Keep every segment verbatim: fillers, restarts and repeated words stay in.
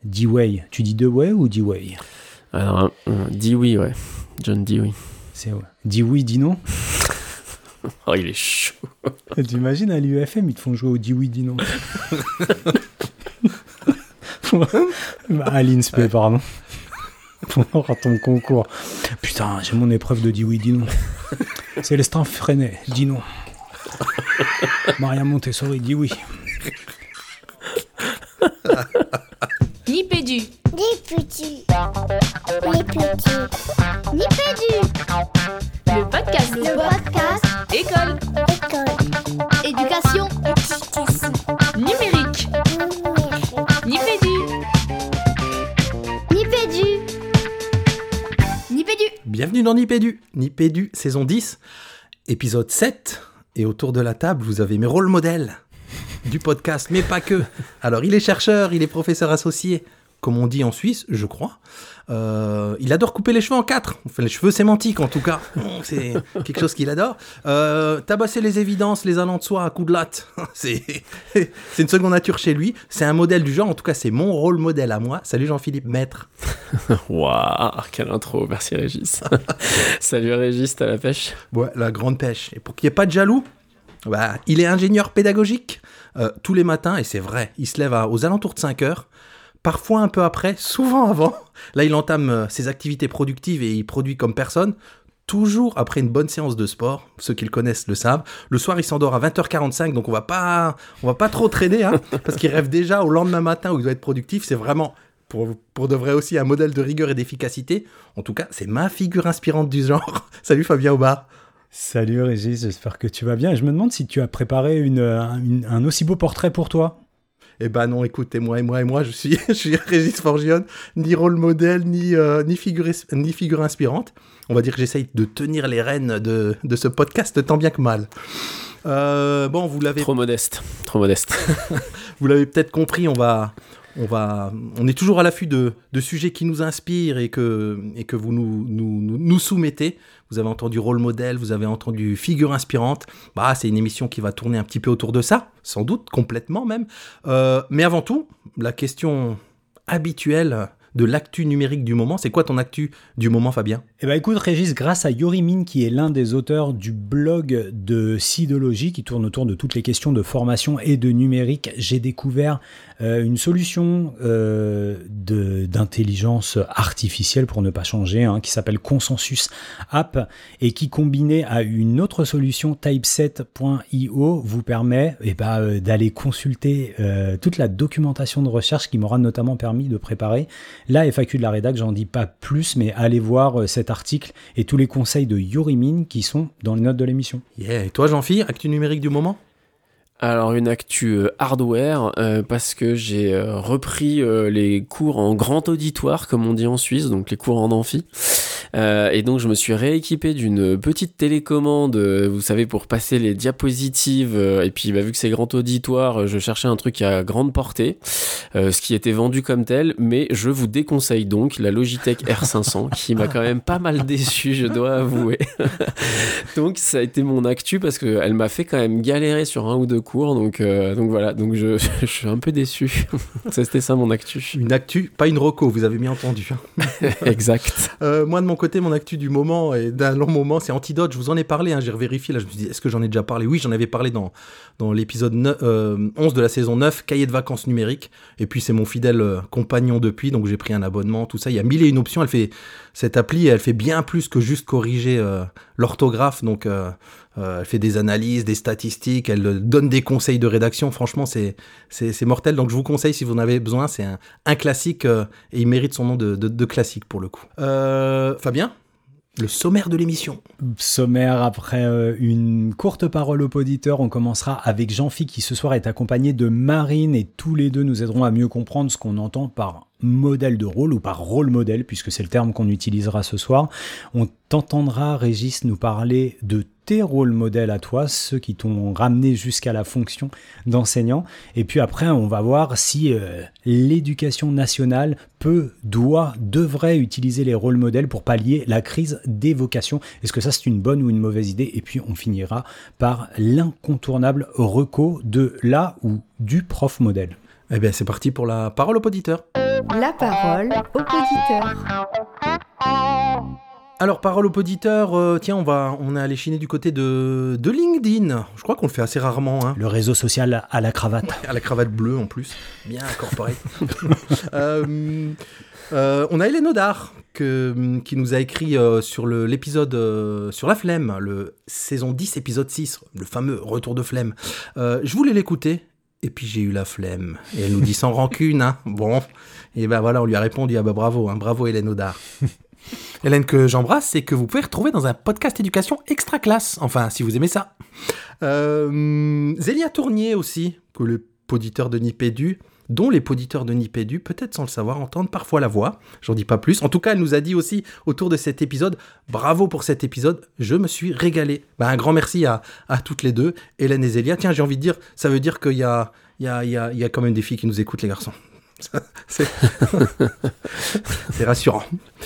Dewey. Tu dis Dewey ou Dewey? Alors, euh, Dewey, ouais. John Dewey. C'est ouais. Dewey, dis non. Oh, il est chaud. T'imagines à l'U F M, ils te font jouer au Dewey, dis non. Bah, à l'I N S P, ouais. Pardon. Pour ton concours. Putain, j'ai mon épreuve de Dewey, dis non. Célestin Freinet, dis non. Maria Montessori, dis oui. Nipédu. Nipédu. Nipédu. Nipédu. Le podcast. Le podcast. École. École. Éducation. Éducation. Numérique. Numérique. Nipédu. Nipédu. Nipédu. Bienvenue dans Nipédu. Nipédu, saison dix, épisode sept. Et autour de la table, vous avez mes rôles modèles du podcast, mais pas que. Alors, il est chercheur, il est professeur associé, comme on dit en Suisse, je crois. Euh, il adore couper les cheveux en quatre. Enfin, les cheveux sémantiques, en tout cas. C'est quelque chose qu'il adore. Euh, tabasser les évidences, les allants de soi à coups de latte. C'est, c'est une seconde nature chez lui. C'est un modèle du genre. En tout cas, c'est mon rôle modèle à moi. Salut Jean-Philippe Maître. Waouh, quelle intro. Merci Régis. Salut Régis, t'as la pêche? Ouais, la grande pêche. Et pour qu'il n'y ait pas de jaloux, bah, il est ingénieur pédagogique. Euh, tous les matins, et c'est vrai, il se lève à, aux alentours de cinq heures. Parfois un peu après, souvent avant. Là, il entame euh, ses activités productives et il produit comme personne. Toujours après une bonne séance de sport. Ceux qui le connaissent le savent. Le soir, il s'endort à vingt heures quarante-cinq, donc on va pas, on va pas trop traîner, hein, parce qu'il rêve déjà au lendemain matin où il doit être productif. C'est vraiment, pour, pour de vrai aussi, un modèle de rigueur et d'efficacité. En tout cas, c'est ma figure inspirante du genre. Salut Fabien Aubard. Salut Régis, j'espère que tu vas bien. Je me demande si tu as préparé une, une, un aussi beau portrait pour toi. Eh ben non, écoute, et moi, et moi, et moi, je suis, je suis Régis Forgione, ni rôle modèle, ni, euh, ni, figure, ni figure inspirante. On va dire que j'essaye de tenir les rênes de, de ce podcast tant bien que mal. Euh, bon, vous l'avez... Trop modeste, trop modeste. Vous l'avez peut-être compris, on va... On, va, on est toujours à l'affût de, de sujets qui nous inspirent et que, et que vous nous, nous, nous, nous soumettez. Vous avez entendu rôle modèle, vous avez entendu figure inspirante. Bah, c'est une émission qui va tourner un petit peu autour de ça, sans doute, complètement même. Euh, mais avant tout, la question habituelle de l'actu numérique du moment. C'est quoi ton actu du moment, Fabien ? Eh ben écoute Régis, grâce à Yorimine qui est l'un des auteurs du blog de Sidologie qui tourne autour de toutes les questions de formation et de numérique, j'ai découvert euh, une solution euh, de, d'intelligence artificielle pour ne pas changer, hein, qui s'appelle Consensus App et qui combinée à une autre solution typeset point io vous permet eh ben, euh, d'aller consulter euh, toute la documentation de recherche qui m'aura notamment permis de préparer la F A Q de la rédac. J'en dis pas plus, mais allez voir euh, cet article et tous les conseils de Yorimine qui sont dans les notes de l'émission. Yeah. Et toi, Jean-Philippe, actu numérique du moment ? Alors une actu euh, hardware, euh, parce que j'ai euh, repris euh, les cours en grand auditoire, comme on dit en Suisse, donc les cours en amphi. Euh, et donc je me suis rééquipé d'une petite télécommande, euh, vous savez, pour passer les diapositives. Euh, et puis bah, vu que c'est grand auditoire, je cherchais un truc à grande portée, euh, ce qui était vendu comme tel. Mais je vous déconseille donc la Logitech R cinq cents, qui m'a quand même pas mal déçu, je dois avouer. Donc ça a été mon actu, parce qu'elle m'a fait quand même galérer sur un ou deux cours. Donc, euh, donc voilà, donc je, je suis un peu déçu. C'était ça mon actu. Une actu, pas une reco, vous avez bien entendu. Exact. Euh, moi de mon côté, mon actu du moment et d'un long moment, c'est Antidote. Je vous en ai parlé, hein, j'ai revérifié. Là, je me suis dit, est-ce que j'en ai déjà parlé ? Oui, j'en avais parlé dans, dans l'épisode neuf, euh, onze de la saison neuf, Cahier de vacances numériques. Et puis, c'est mon fidèle euh, compagnon depuis, donc j'ai pris un abonnement, tout ça. Il y a mille et une options. Elle fait, cette appli, elle fait bien plus que juste corriger euh, l'orthographe. Donc, euh, euh, elle fait des analyses, des statistiques, elle euh, donne des conseils de rédaction. Franchement, c'est, c'est, c'est mortel. Donc, je vous conseille si vous en avez besoin. C'est un, un classique euh, et il mérite son nom de, de, de classique pour le coup. Euh, Fabien ? Le sommaire de l'émission. Sommaire, après euh, une courte parole au poditeur, on commencera avec Jean-Philippe qui ce soir est accompagné de Marine et tous les deux nous aideront à mieux comprendre ce qu'on entend par modèle de rôle ou par rôle modèle, puisque c'est le terme qu'on utilisera ce soir. On t'entendra, Régis, nous parler de tes rôles modèles à toi, ceux qui t'ont ramené jusqu'à la fonction d'enseignant. Et puis après, on va voir si euh, l'éducation nationale peut, doit, devrait utiliser les rôles modèles pour pallier la crise des vocations. Est-ce que ça, c'est une bonne ou une mauvaise idée ? Et puis, on finira par l'incontournable reco de la ou du prof modèle. Eh bien, c'est parti pour la parole au poditeur. La parole au poditeur. Alors, parole aux auditeurs, euh, tiens, on va, on est allé chiner du côté de, de LinkedIn. Je crois qu'on le fait assez rarement. Hein. Le réseau social à la cravate. À la cravate bleue en plus. Bien incorporé. euh, euh, on a Hélène Audard que, qui nous a écrit euh, sur le, l'épisode euh, sur la flemme, le saison dix, épisode six, le fameux retour de flemme. Euh, je voulais l'écouter. Et puis j'ai eu la flemme. Et elle nous dit sans rancune. Hein. Bon, et ben voilà, on lui a répondu. Ah ben bravo, hein, bravo Hélène Audard. Hélène que j'embrasse, c'est que vous pouvez retrouver dans un podcast éducation extra classe. Enfin, si vous aimez ça. Euh, Zélia Tournier aussi, que le poditeur de Nipédu, dont les poditeurs de Nipédu, peut-être sans le savoir, entendent parfois la voix. J'en dis pas plus. En tout cas, elle nous a dit aussi autour de cet épisode, bravo pour cet épisode, je me suis régalé. Ben, un grand merci à, à toutes les deux, Hélène et Zélia. Tiens, j'ai envie de dire, ça veut dire qu'il y a, il y a, il y a, il y a quand même des filles qui nous écoutent, les garçons. C'est, c'est rassurant.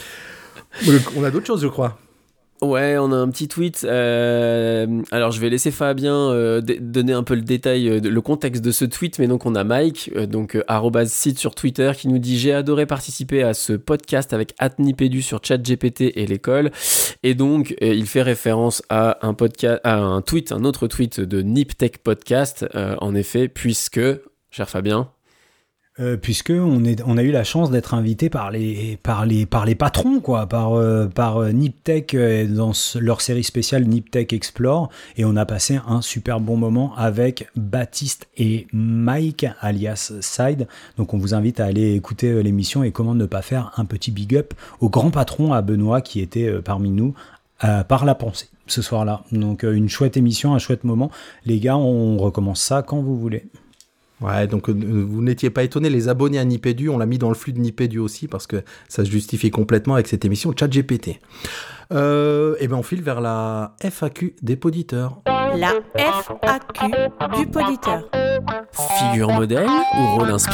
On a d'autres choses, je crois. Ouais, on a un petit tweet. Euh, alors, je vais laisser Fabien euh, d- donner un peu le détail, euh, le contexte de ce tweet. Mais donc, on a Mike, euh, donc euh, arobase site sur Twitter, qui nous dit « J'ai adoré participer à ce podcast avec Atnipédu sur ChatGPT et l'école. » Et donc, euh, il fait référence à un podcast, à un tweet, un autre tweet de NipTech Podcast. Euh, en effet, puisque, cher Fabien... Euh, puisque on, est, on a eu la chance d'être invité par les, par les, par les patrons, quoi, par, euh, par euh, NipTech euh, dans ce, leur série spéciale NipTech Explore, et on a passé un super bon moment avec Baptiste et Mike, alias Side. Donc on vous invite à aller écouter euh, l'émission et comment ne pas faire un petit big up au grand patron, à Benoît, qui était euh, parmi nous euh, par la pensée ce soir-là. Donc euh, une chouette émission, un chouette moment. Les gars, on recommence ça quand vous voulez. Ouais, donc euh, vous n'étiez pas étonnés, les abonnés à Nipédu, on l'a mis dans le flux de Nipédu aussi parce que ça se justifie complètement avec cette émission ChatGPT. Euh, et ben on file vers la F A Q des poditeurs. La F A Q du poditeur. Figure modèle ou rôle inspirant ?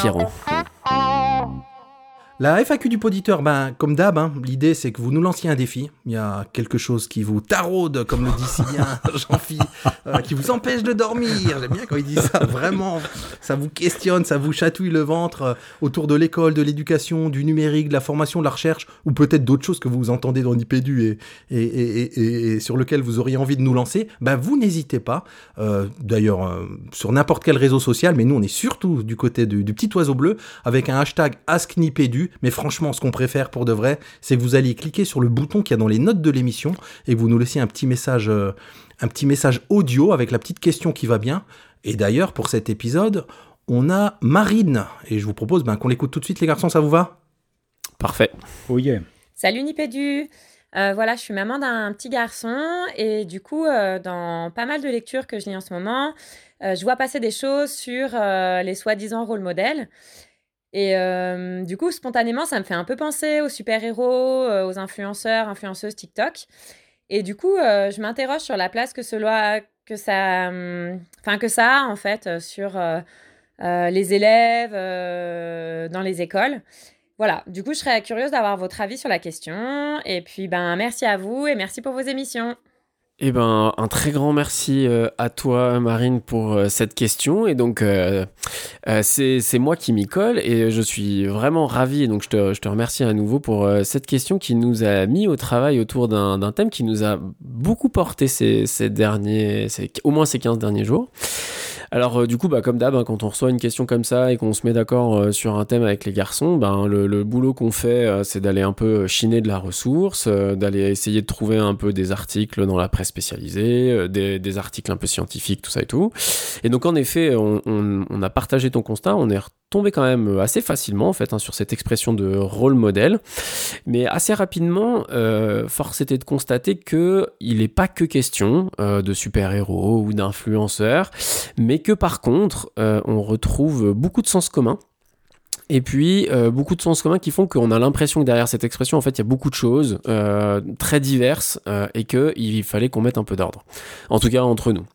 La F A Q du poditeur, ben, comme d'hab, hein, l'idée c'est que vous nous lanciez un défi. Il y a quelque chose qui vous taraude, comme le dit si bien Jean-Philippe, euh, qui vous empêche de dormir. J'aime bien quand il dit ça, vraiment. Ça vous questionne, ça vous chatouille le ventre euh, autour de l'école, de l'éducation, du numérique, de la formation, de la recherche, ou peut-être d'autres choses que vous entendez dans Nipédu et, et, et, et, et sur lesquelles vous auriez envie de nous lancer. Ben, vous n'hésitez pas. Euh, d'ailleurs, euh, sur n'importe quel réseau social, mais nous on est surtout du côté du, du petit oiseau bleu, avec un hashtag AskNipédu. Mais franchement, ce qu'on préfère pour de vrai, c'est que vous alliez cliquer sur le bouton qu'il y a dans les notes de l'émission et que vous nous laissiez un petit message, euh, un petit message audio avec la petite question qui va bien. Et d'ailleurs, pour cet épisode, on a Marine. Et je vous propose ben, qu'on l'écoute tout de suite, les garçons, ça vous va ? Parfait. Oh yeah. Salut Nipédu. Euh, voilà, je suis maman d'un petit garçon et du coup, euh, dans pas mal de lectures que je lis en ce moment, euh, je vois passer des choses sur euh, les soi-disant rôles modèles. Et euh, du coup, spontanément, ça me fait un peu penser aux super-héros, euh, aux influenceurs, influenceuses TikTok. Et du coup, euh, je m'interroge sur la place que, cela, que, ça, enfin, que ça a, en fait, sur euh, euh, les élèves euh, dans les écoles. Voilà, du coup, je serais curieuse d'avoir votre avis sur la question. Et puis, ben, merci à vous et merci pour vos émissions. Eh ben, un très grand merci euh, à toi, Marine, pour euh, cette question. Et donc, euh, euh, c'est, c'est moi qui m'y colle et je suis vraiment ravi. Et donc, je te, je te remercie à nouveau pour euh, cette question qui nous a mis au travail autour d'un, d'un thème qui nous a beaucoup porté ces, ces derniers, ces, au moins ces quinze derniers jours. Alors, euh, du coup, bah, comme d'hab, hein, quand on reçoit une question comme ça et qu'on se met d'accord euh, sur un thème avec les garçons, ben, le, le boulot qu'on fait, euh, c'est d'aller un peu chiner de la ressource, euh, d'aller essayer de trouver un peu des articles dans la presse spécialisée, euh, des, des articles un peu scientifiques, tout ça et tout. Et donc, en effet, on, on, on a partagé ton constat, on est retombé quand même assez facilement, en fait, hein, sur cette expression de rôle modèle. Mais assez rapidement, euh, force était de constater qu'il n'est pas que question euh, de super-héros ou d'influenceurs, mais que par contre, euh, on retrouve beaucoup de sens commun. Et puis, euh, beaucoup de sens communs qui font qu'on a l'impression que derrière cette expression, en fait, il y a beaucoup de choses euh, très diverses euh, et qu'il fallait qu'on mette un peu d'ordre. En tout cas, entre nous.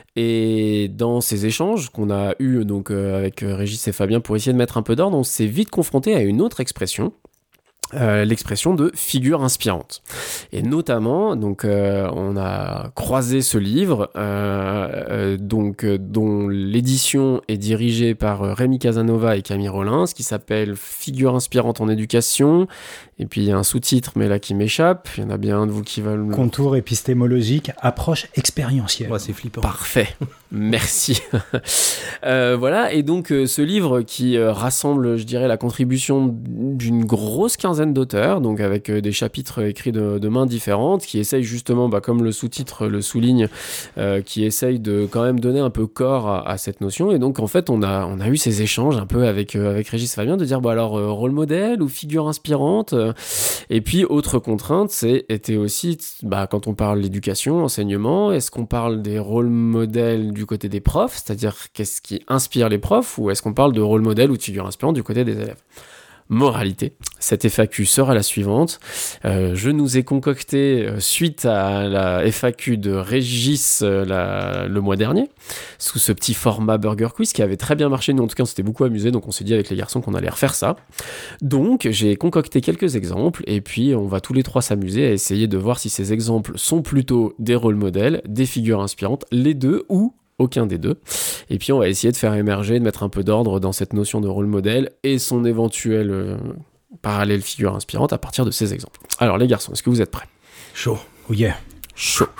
Et dans ces échanges qu'on a eus donc, euh, avec Régis et Fabien pour essayer de mettre un peu d'ordre, on s'est vite confronté à une autre expression Euh, l'expression de figure inspirante. Et notamment, donc, euh, on a croisé ce livre, euh, euh, donc, euh, dont l'édition est dirigée par euh, Rémi Casanova et Camille Rollins, qui s'appelle Figure inspirante en éducation. Et puis, il y a un sous-titre, mais là, qui m'échappe. Il y en a bien un de vous qui va le... Contour épistémologique, approche expérientielle. Ouais, c'est flippant. Parfait, merci. euh, voilà, et donc euh, ce livre qui euh, rassemble, je dirais, la contribution d'une grosse quinzaine d'auteurs, donc avec euh, des chapitres écrits de, de mains différentes, qui essayent justement, bah, comme le sous-titre le souligne, euh, qui essayent de quand même donner un peu corps à, à cette notion. Et donc en fait, on a, on a eu ces échanges un peu avec, euh, avec Régis Fabien de dire, bah, alors, euh, rôle modèle ou figure inspirante euh, et puis, autre contrainte, c'était aussi, bah, quand on parle d'éducation, enseignement, est-ce qu'on parle des rôles modèles du côté des profs, c'est-à-dire qu'est-ce qui inspire les profs, ou est-ce qu'on parle de rôle modèle ou de figure inspirante du côté des élèves ? Moralité, cette F A Q sera la suivante. Euh, je nous ai concocté, euh, suite à la F A Q de Régis euh, la, le mois dernier, sous ce petit format Burger Quiz qui avait très bien marché. Nous, en tout cas, on s'était beaucoup amusé, donc on s'est dit avec les garçons qu'on allait refaire ça. Donc, j'ai concocté quelques exemples, et puis on va tous les trois s'amuser à essayer de voir si ces exemples sont plutôt des rôles modèles, des figures inspirantes, les deux, ou aucun des deux. Et puis on va essayer de faire émerger, de mettre un peu d'ordre dans cette notion de rôle modèle et son éventuel euh, parallèle figure inspirante à partir de ces exemples. Alors les garçons, est-ce que vous êtes prêts ? Chaud. Oh yeah. Chaud.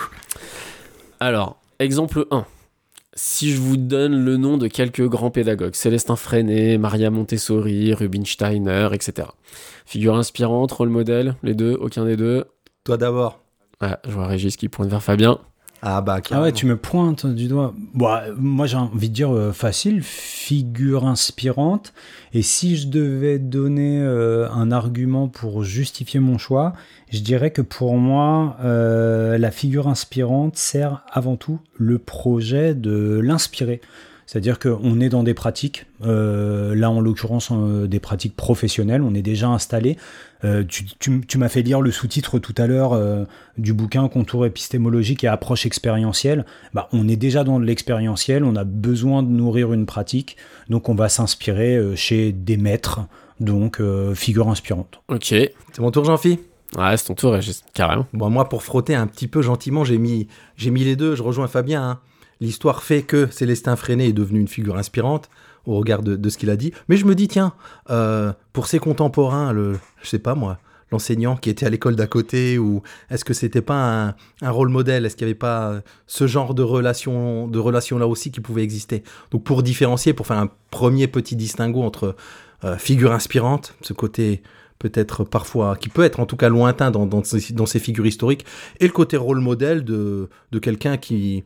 Alors, exemple un. Si je vous donne le nom de quelques grands pédagogues, Célestin Freinet, Maria Montessori, Rubinsteiner, et cetera. Figure inspirante, rôle modèle, les deux, aucun des deux. Toi d'abord. Ah, je vois Régis qui pointe vers Fabien. Ah bah Ah ouais, tu me pointes du doigt. Bon, euh, moi j'ai envie de dire euh, facile, figure inspirante. Et si je devais donner euh, un argument pour justifier mon choix, je dirais que pour moi, euh, la figure inspirante sert avant tout le projet de l'inspirer. C'est-à-dire qu'on est dans des pratiques, euh, là en l'occurrence euh, des pratiques professionnelles, on est déjà installé. Euh, tu, tu, tu m'as fait lire le sous-titre tout à l'heure euh, du bouquin Contour épistémologique et approche expérientielle. Bah, on est déjà dans de l'expérientiel, on a besoin de nourrir une pratique, donc on va s'inspirer euh, chez des maîtres, donc euh, figure inspirante. Ok. C'est mon tour, Jean-Phi. Ouais, c'est ton tour, Régis, carrément. Bon, moi, pour frotter un petit peu gentiment, j'ai mis, j'ai mis les deux, je rejoins Fabien, hein. L'histoire fait que Célestin Freinet est devenu une figure inspirante au regard de, de ce qu'il a dit. Mais je me dis, tiens, euh, pour ses contemporains, le, je sais pas moi, l'enseignant qui était à l'école d'à côté, ou est-ce que c'était pas un, un rôle modèle ? Est-ce qu'il n'y avait pas ce genre de relation, de relation là aussi qui pouvait exister ? Donc pour différencier, pour faire un premier petit distinguo entre euh, figure inspirante, ce côté peut-être parfois, qui peut être en tout cas lointain dans, dans, ces, dans ces figures historiques, et le côté rôle modèle de, de quelqu'un qui...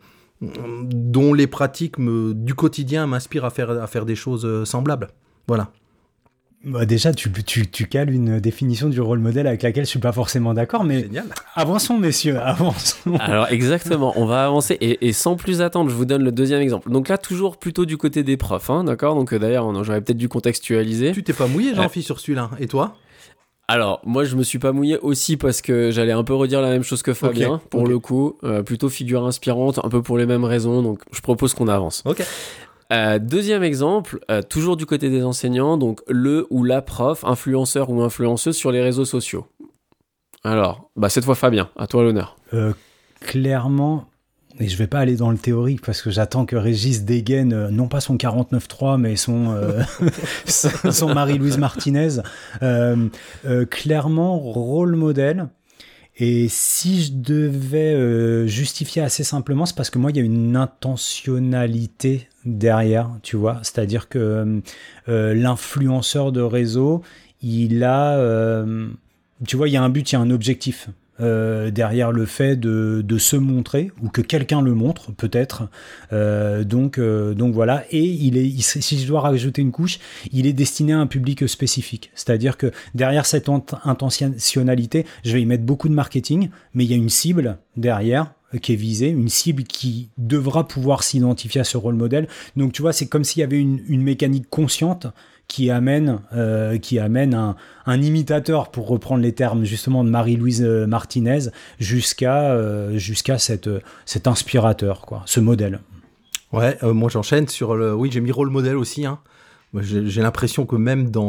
dont les pratiques me, du quotidien m'inspirent à faire, à faire des choses semblables. Voilà. Bah déjà, tu, tu, tu cales une définition du rôle modèle avec laquelle je suis pas forcément d'accord, mais Génial. Avançons, messieurs, avançons. Alors exactement, on va avancer et, et sans plus attendre, je vous donne le deuxième exemple. Donc là, toujours plutôt du côté des profs, hein, d'accord ? Donc euh, d'ailleurs, on- j'aurais peut-être dû contextualiser. Tu t'es pas mouillé, Jean-Phi, sur celui-là. Et toi ? Alors, moi, je me suis pas mouillé aussi parce que j'allais un peu redire la même chose que Fabien, Ok, pour ok. le coup. Euh, plutôt figure inspirante, un peu pour les mêmes raisons. Donc, je propose qu'on avance. Ok. Euh, deuxième exemple, euh, toujours du côté des enseignants, donc le ou la prof, influenceur ou influenceuse sur les réseaux sociaux. Alors, bah cette fois Fabien, à toi l'honneur. Euh, clairement, et je vais pas aller dans le théorique parce que j'attends que Régis dégaine euh, non pas son quarante-neuf trois mais son, euh, son son Marie-Louise Martinez. Euh, euh, clairement, rôle modèle. Et si je devais euh, justifier assez simplement, c'est parce que moi, il y a une intentionnalité derrière, tu vois. C'est-à-dire que euh, l'influenceur de réseau, il a... euh, tu vois, il y a un but, il y a un objectif. Euh, derrière le fait de, de se montrer ou que quelqu'un le montre peut-être euh, donc, euh, donc voilà et il est, il, si je dois rajouter une couche, il est destiné à un public spécifique, c'est à dire que derrière cette int- intentionnalité je vais y mettre beaucoup de marketing mais il y a une cible derrière qui est visée, une cible qui devra pouvoir s'identifier à ce rôle modèle, donc tu vois c'est comme s'il y avait une, une mécanique consciente qui amène, euh, qui amène un, un imitateur, pour reprendre les termes justement de Marie-Louise Martinez, jusqu'à, euh, jusqu'à cette, cet inspirateur, quoi, ce modèle. Ouais, euh, moi j'enchaîne sur le... Oui, j'ai mis rôle modèle aussi. Hein. Moi, j'ai, j'ai l'impression que même dans,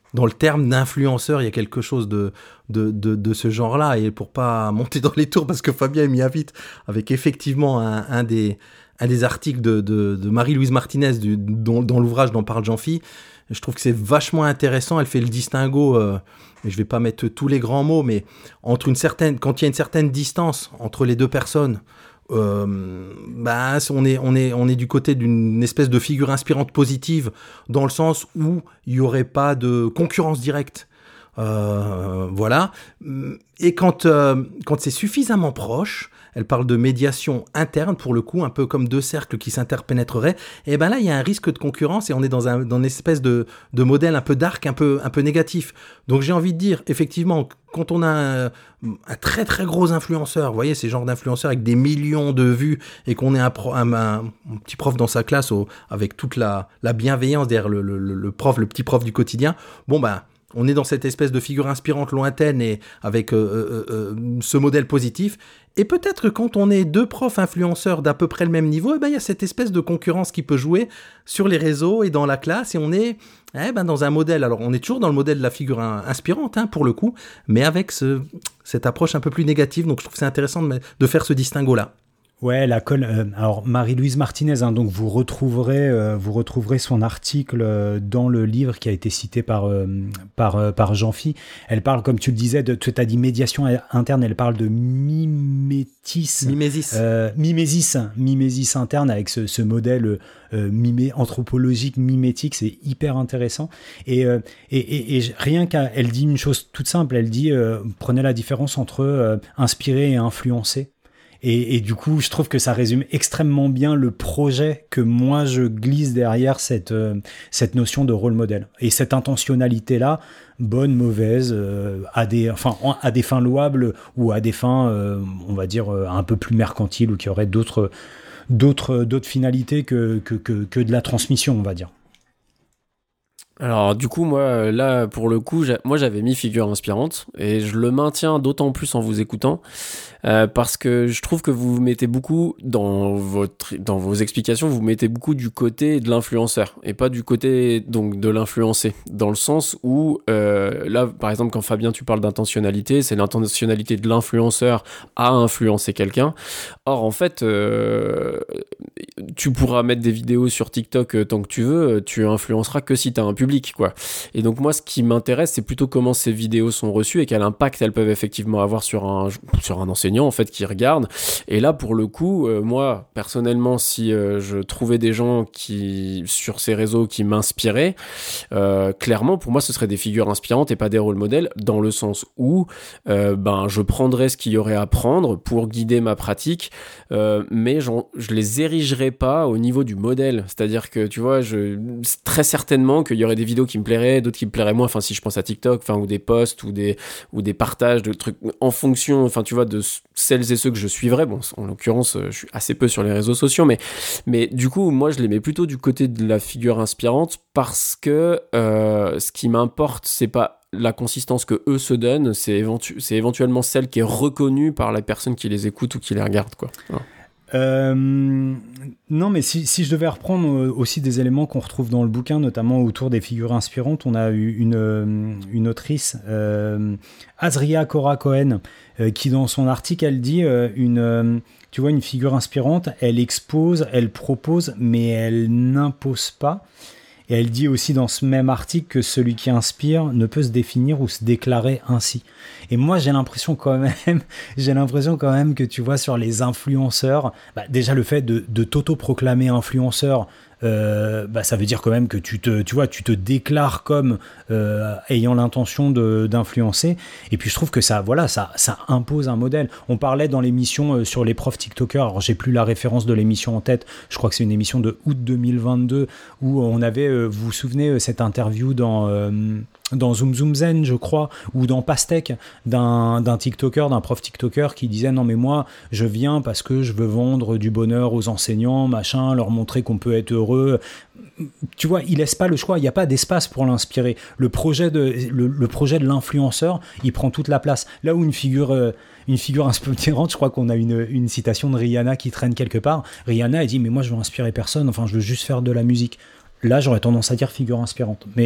dans le terme d'influenceur, il y a quelque chose de, de, de, de ce genre-là. Et pour pas monter dans les tours, parce que Fabien m'y invite, avec effectivement un, un, des, un des articles de, de, de Marie-Louise Martinez, du, dont, dans l'ouvrage dont parle Jean-Phi, je trouve que c'est vachement intéressant. Elle fait le distinguo, euh, et je vais pas mettre tous les grands mots, mais entre une certaine, quand il y a une certaine distance entre les deux personnes, Euh, bah, on est, on est, on est du côté d'une espèce de figure inspirante positive, dans le sens où il n'y aurait pas de concurrence directe. Euh, voilà. Et quand, euh, quand c'est suffisamment proche, elle parle de médiation interne, pour le coup, un peu comme deux cercles qui s'interpénétreraient, et ben là, il y a un risque de concurrence, et on est dans, un, dans une espèce de, de modèle un peu dark, un peu, un peu négatif. Donc j'ai envie de dire, effectivement, quand on a un, un très très gros influenceur, vous voyez, ces genres d'influenceurs avec des millions de vues, et qu'on est un, pro, un, un, un petit prof dans sa classe, au, avec toute la, la bienveillance derrière le, le, le prof, le petit prof du quotidien, bon ben... on est dans cette espèce de figure inspirante lointaine et avec euh, euh, euh, ce modèle positif. Et peut-être que quand on est deux profs influenceurs d'à peu près le même niveau, eh ben, il y a cette espèce de concurrence qui peut jouer sur les réseaux et dans la classe. Et on est eh ben, dans un modèle. Alors, on est toujours dans le modèle de la figure inspirante, hein, pour le coup, mais avec ce, cette approche un peu plus négative. Donc, je trouve que c'est intéressant de, de faire ce distinguo-là. Ouais, la colle. Euh, alors Marie-Louise Martinez, hein, donc vous retrouverez, euh, vous retrouverez son article euh, dans le livre qui a été cité par euh, par euh, par Jean-Phi. Elle parle, comme tu le disais, de, tu as dit médiation interne. Elle parle de mimétisme, mimésis, euh, mimésis, mimésis interne avec ce, ce modèle euh, mimé, anthropologique, mimétique. C'est hyper intéressant. Et euh, et, et, et rien qu'elle elle dit une chose toute simple. Elle dit euh, prenez la différence entre euh, inspirer et influencer. Et, et du coup, je trouve que ça résume extrêmement bien le projet que moi je glisse derrière cette, euh, cette notion de rôle modèle. Et cette intentionnalité-là, bonne, mauvaise, euh, à, des, enfin, à des fins louables ou à des fins, euh, on va dire, euh, un peu plus mercantiles ou qui auraient d'autres, d'autres, d'autres finalités que, que, que, que de la transmission, on va dire. Alors du coup moi là pour le coup j'a... moi j'avais mis figure inspirante et je le maintiens d'autant plus en vous écoutant euh, parce que je trouve que vous vous mettez beaucoup dans votre dans vos explications vous mettez beaucoup du côté de l'influenceur et pas du côté donc de l'influencé, dans le sens où euh, là par exemple quand Fabien tu parles d'intentionnalité, c'est l'intentionnalité de l'influenceur à influencer quelqu'un. Or en fait euh, tu pourras mettre des vidéos sur TikTok euh, tant que tu veux, tu influenceras que si tu as un public quoi. Et donc moi ce qui m'intéresse c'est plutôt comment ces vidéos sont reçues et quel impact elles peuvent effectivement avoir sur un, sur un enseignant en fait qui regarde. Et là pour le coup euh, moi personnellement si euh, je trouvais des gens qui sur ces réseaux qui m'inspiraient, euh, clairement pour moi ce seraient des figures inspirantes et pas des rôles modèles, dans le sens où euh, ben, je prendrais ce qu'il y aurait à prendre pour guider ma pratique, euh, mais je les érigerais pas au niveau du modèle. C'est-à-dire que tu vois je, très certainement qu'il y aurait des vidéos qui me plairaient, d'autres qui me plairaient moins, enfin si je pense à TikTok, enfin ou des posts ou des ou des partages de trucs en fonction, enfin tu vois, de celles et ceux que je suivrais. Bon, en l'occurrence, je suis assez peu sur les réseaux sociaux, mais mais du coup, moi je les mets plutôt du côté de la figure inspirante parce que euh, ce qui m'importe, c'est pas la consistance que eux se donnent, c'est, éventu- c'est éventuellement celle qui est reconnue par la personne qui les écoute ou qui les regarde, quoi. Voilà. Euh, non, mais si, si je devais reprendre aussi des éléments qu'on retrouve dans le bouquin, notamment autour des figures inspirantes, on a eu une, une autrice, euh, Azria Cora Cohen, euh, qui dans son article, elle dit euh, une, euh, tu vois, une figure inspirante, elle expose, elle propose, mais elle n'impose pas. Et elle dit aussi dans ce même article que celui qui inspire ne peut se définir ou se déclarer ainsi. Et moi, j'ai l'impression quand même, j'ai l'impression quand même que tu vois sur les influenceurs, bah déjà le fait de, de t'auto-proclamer influenceur, euh, bah ça veut dire quand même que tu te, tu vois, tu te déclares comme euh, ayant l'intention de, d'influencer. Et puis je trouve que ça, voilà, ça, ça impose un modèle. On parlait dans l'émission euh, sur les profs TikTokers. Alors j'ai plus la référence de l'émission en tête. Je crois que c'est une émission de août deux mille vingt-deux où on avait, euh, vous vous souvenez, cette interview dans euh, dans Zoom Zoom Zen, je crois, ou dans Pastèque, d'un, d'un TikToker, d'un prof TikToker qui disait non mais moi je viens parce que je veux vendre du bonheur aux enseignants, machin, leur montrer qu'on peut être heureux. Tu vois, il laisse pas le choix, il n'y a pas d'espace pour l'inspirer. Le projet de, le, le projet de l'influenceur, il prend toute la place. Là où une figure, euh, une figure inspirante, je crois qu'on a une, une citation de Rihanna qui traîne quelque part. Rihanna, elle dit mais moi je veux inspirer personne, enfin je veux juste faire de la musique. Là j'aurais tendance à dire figure inspirante, mais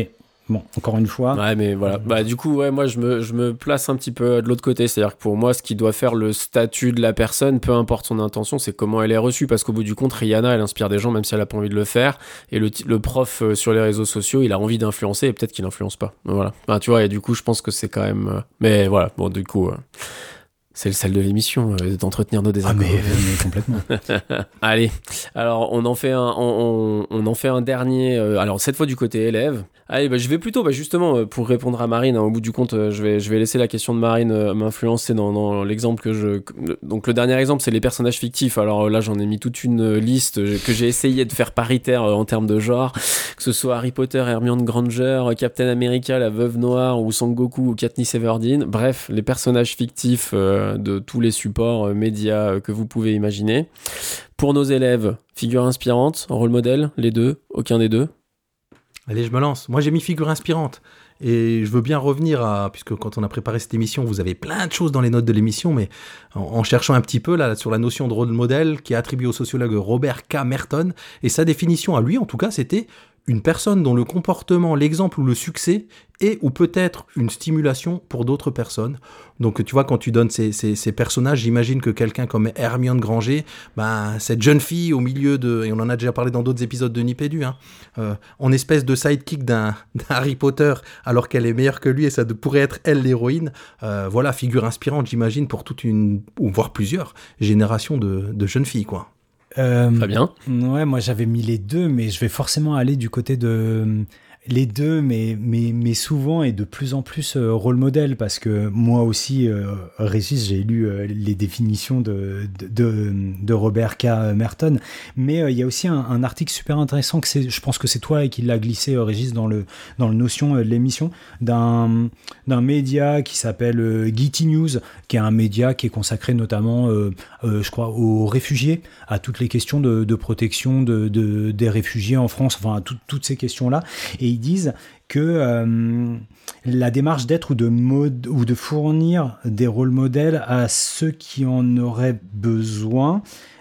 Bon, encore une fois. Ouais, mais voilà. Bah, du coup, ouais, moi, je me, je me place un petit peu de l'autre côté. C'est-à-dire que pour moi, ce qui doit faire le statut de la personne, peu importe son intention, c'est comment elle est reçue. Parce qu'au bout du compte, Rihanna, elle inspire des gens, même si elle a pas envie de le faire. Et le, le prof euh, sur les réseaux sociaux, il a envie d'influencer et peut-être qu'il n'influence pas. Voilà. Enfin, tu vois, et du coup, je pense que c'est quand même. Euh... Mais voilà, bon, du coup. Euh... C'est le sel de l'émission, euh, d'entretenir nos désaccords. Ah mais, mais complètement. Allez, alors on en fait un, on, on, on en fait un dernier. Euh, alors cette fois du côté élève. Allez, bah, je vais plutôt, bah, justement, euh, pour répondre à Marine. Hein, au bout du compte, euh, je vais, je vais laisser la question de Marine euh, m'influencer dans, dans l'exemple que je. Donc le dernier exemple, c'est les personnages fictifs. Alors là, j'en ai mis toute une liste que j'ai essayé de faire paritaire euh, en termes de genre, que ce soit Harry Potter, Hermione Granger, Captain America, la Veuve Noire, ou Sangoku, ou Katniss Everdeen. Bref, les personnages fictifs. Euh, de tous les supports euh, médias euh, que vous pouvez imaginer. Pour nos élèves, figure inspirante, rôle modèle, les deux, aucun des deux. Allez, je me lance. Moi, j'ai mis figure inspirante. Et je veux bien revenir à... Puisque quand on a préparé cette émission, vous avez plein de choses dans les notes de l'émission, mais en, en cherchant un petit peu là, sur la notion de rôle modèle qui est attribuée au sociologue Robert K. Merton, et sa définition à lui, en tout cas, c'était une personne dont le comportement, l'exemple ou le succès est ou peut être une stimulation pour d'autres personnes. Donc tu vois, quand tu donnes ces, ces, ces personnages, j'imagine que quelqu'un comme Hermione Granger, ben, cette jeune fille au milieu de, et on en a déjà parlé dans d'autres épisodes de Nipédu, hein, euh, en espèce de sidekick d'un, d'un Harry Potter, alors qu'elle est meilleure que lui et ça pourrait être elle l'héroïne, euh, voilà, figure inspirante, j'imagine, pour toute une, ou voire plusieurs générations de, de jeunes filles, quoi. Euh, Très bien. Ouais, moi j'avais mis les deux, mais je vais forcément aller du côté de les deux, mais, mais, mais souvent et de plus en plus euh, rôle modèle, parce que moi aussi, euh, Régis, j'ai lu euh, les définitions de, de, de, de Robert K. Merton, mais euh, il y a aussi un, un article super intéressant, que c'est, je pense que c'est toi qui l'as glissé, euh, Régis, dans le, dans le notion euh, de l'émission, d'un, d'un média qui s'appelle euh, Getty News, qui est un média qui est consacré notamment, euh, euh, je crois, aux réfugiés, à toutes les questions de, de protection de, de, des réfugiés en France, enfin, à tout, toutes ces questions-là. Et ils disent que euh, la démarche d'être ou de, mode, ou de fournir des rôles modèles à ceux qui en auraient besoin,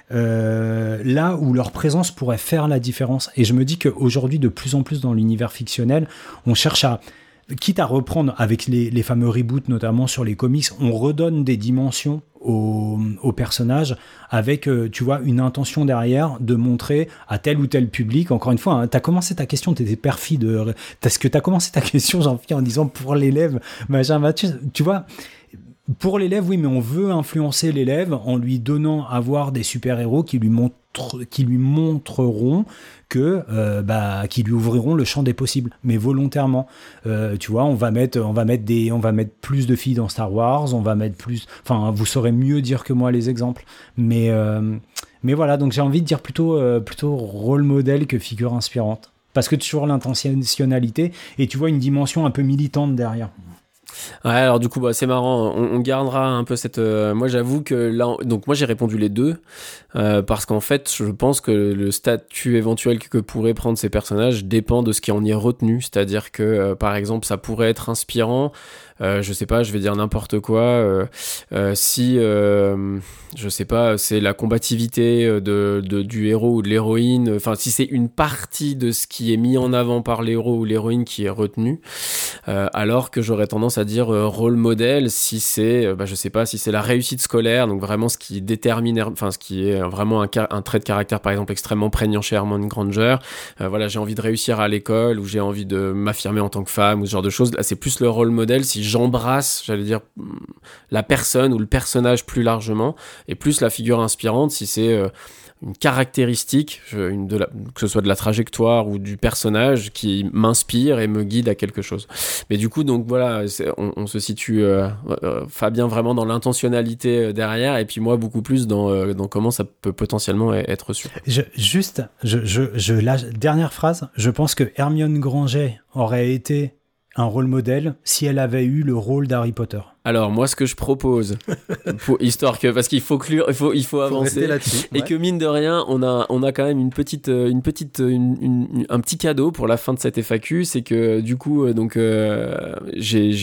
euh, là où leur présence pourrait faire la différence. Et je me dis qu'aujourd'hui, de plus en plus dans l'univers fictionnel, on cherche à, quitte à reprendre avec les, les fameux reboots, notamment sur les comics, on redonne des dimensions aux, aux personnages avec, euh, tu vois, une intention derrière de montrer à tel ou tel public. Encore une fois, hein, tu as commencé ta question, tu étais perfide. Euh, parce que tu as commencé ta question, Jean-Pierre, en disant pour l'élève, machin, machin, tu vois. Pour l'élève, oui, mais on veut influencer l'élève en lui donnant à voir des super-héros qui lui montrent, qui lui montreront que, euh, bah, qui lui ouvriront le champ des possibles, mais volontairement. Euh, tu vois, on va mettre, on va mettre des, on va mettre plus de filles dans Star Wars, on va mettre plus, enfin, vous saurez mieux dire que moi les exemples, mais, euh, mais voilà, donc j'ai envie de dire plutôt, euh, plutôt rôle modèle que figure inspirante, parce que toujours l'intentionnalité et tu vois une dimension un peu militante derrière. Ouais, alors du coup, bah, c'est marrant. On, on gardera un peu cette. Euh, moi, j'avoue que là, donc moi, j'ai répondu les deux euh, parce qu'en fait, je pense que le statut éventuel que, que pourraient prendre ces personnages dépend de ce qui en est retenu. C'est-à-dire que, euh, par exemple, ça pourrait être inspirant. Euh, je sais pas, je vais dire n'importe quoi. Euh, euh, si, euh, je sais pas, c'est la combativité de, de, du héros ou de l'héroïne. Enfin, si c'est une partie de ce qui est mis en avant par l'héros ou l'héroïne qui est retenu, euh, alors que j'aurais tendance à dire euh, rôle modèle si c'est, euh, bah, je sais pas, si c'est la réussite scolaire, donc vraiment ce qui détermine, enfin ce qui est vraiment un, un trait de caractère par exemple extrêmement prégnant chez Hermione Granger. Euh, voilà, j'ai envie de réussir à l'école ou j'ai envie de m'affirmer en tant que femme ou ce genre de choses. Là, c'est plus le rôle modèle si j'embrasse, j'allais dire, la personne ou le personnage plus largement, et plus la figure inspirante si c'est euh, une caractéristique, une de la, que ce soit de la trajectoire ou du personnage qui m'inspire et me guide à quelque chose. Mais du coup, donc voilà, on, on se situe, euh, euh, Fabien, vraiment dans l'intentionnalité derrière, et puis moi, beaucoup plus dans, euh, dans comment ça peut potentiellement être reçu. Je, juste, je, je, je, la dernière phrase, je pense que Hermione Granger aurait été un rôle modèle si elle avait eu le rôle d'Harry Potter. Alors moi, ce que je propose, pour, histoire que parce qu'il faut clure, il faut il faut avancer, et ouais. que mine de rien, on a on a quand même une petite une petite une, une, un petit cadeau pour la fin de cette F A Q, c'est que du coup donc euh, j'ai j'ai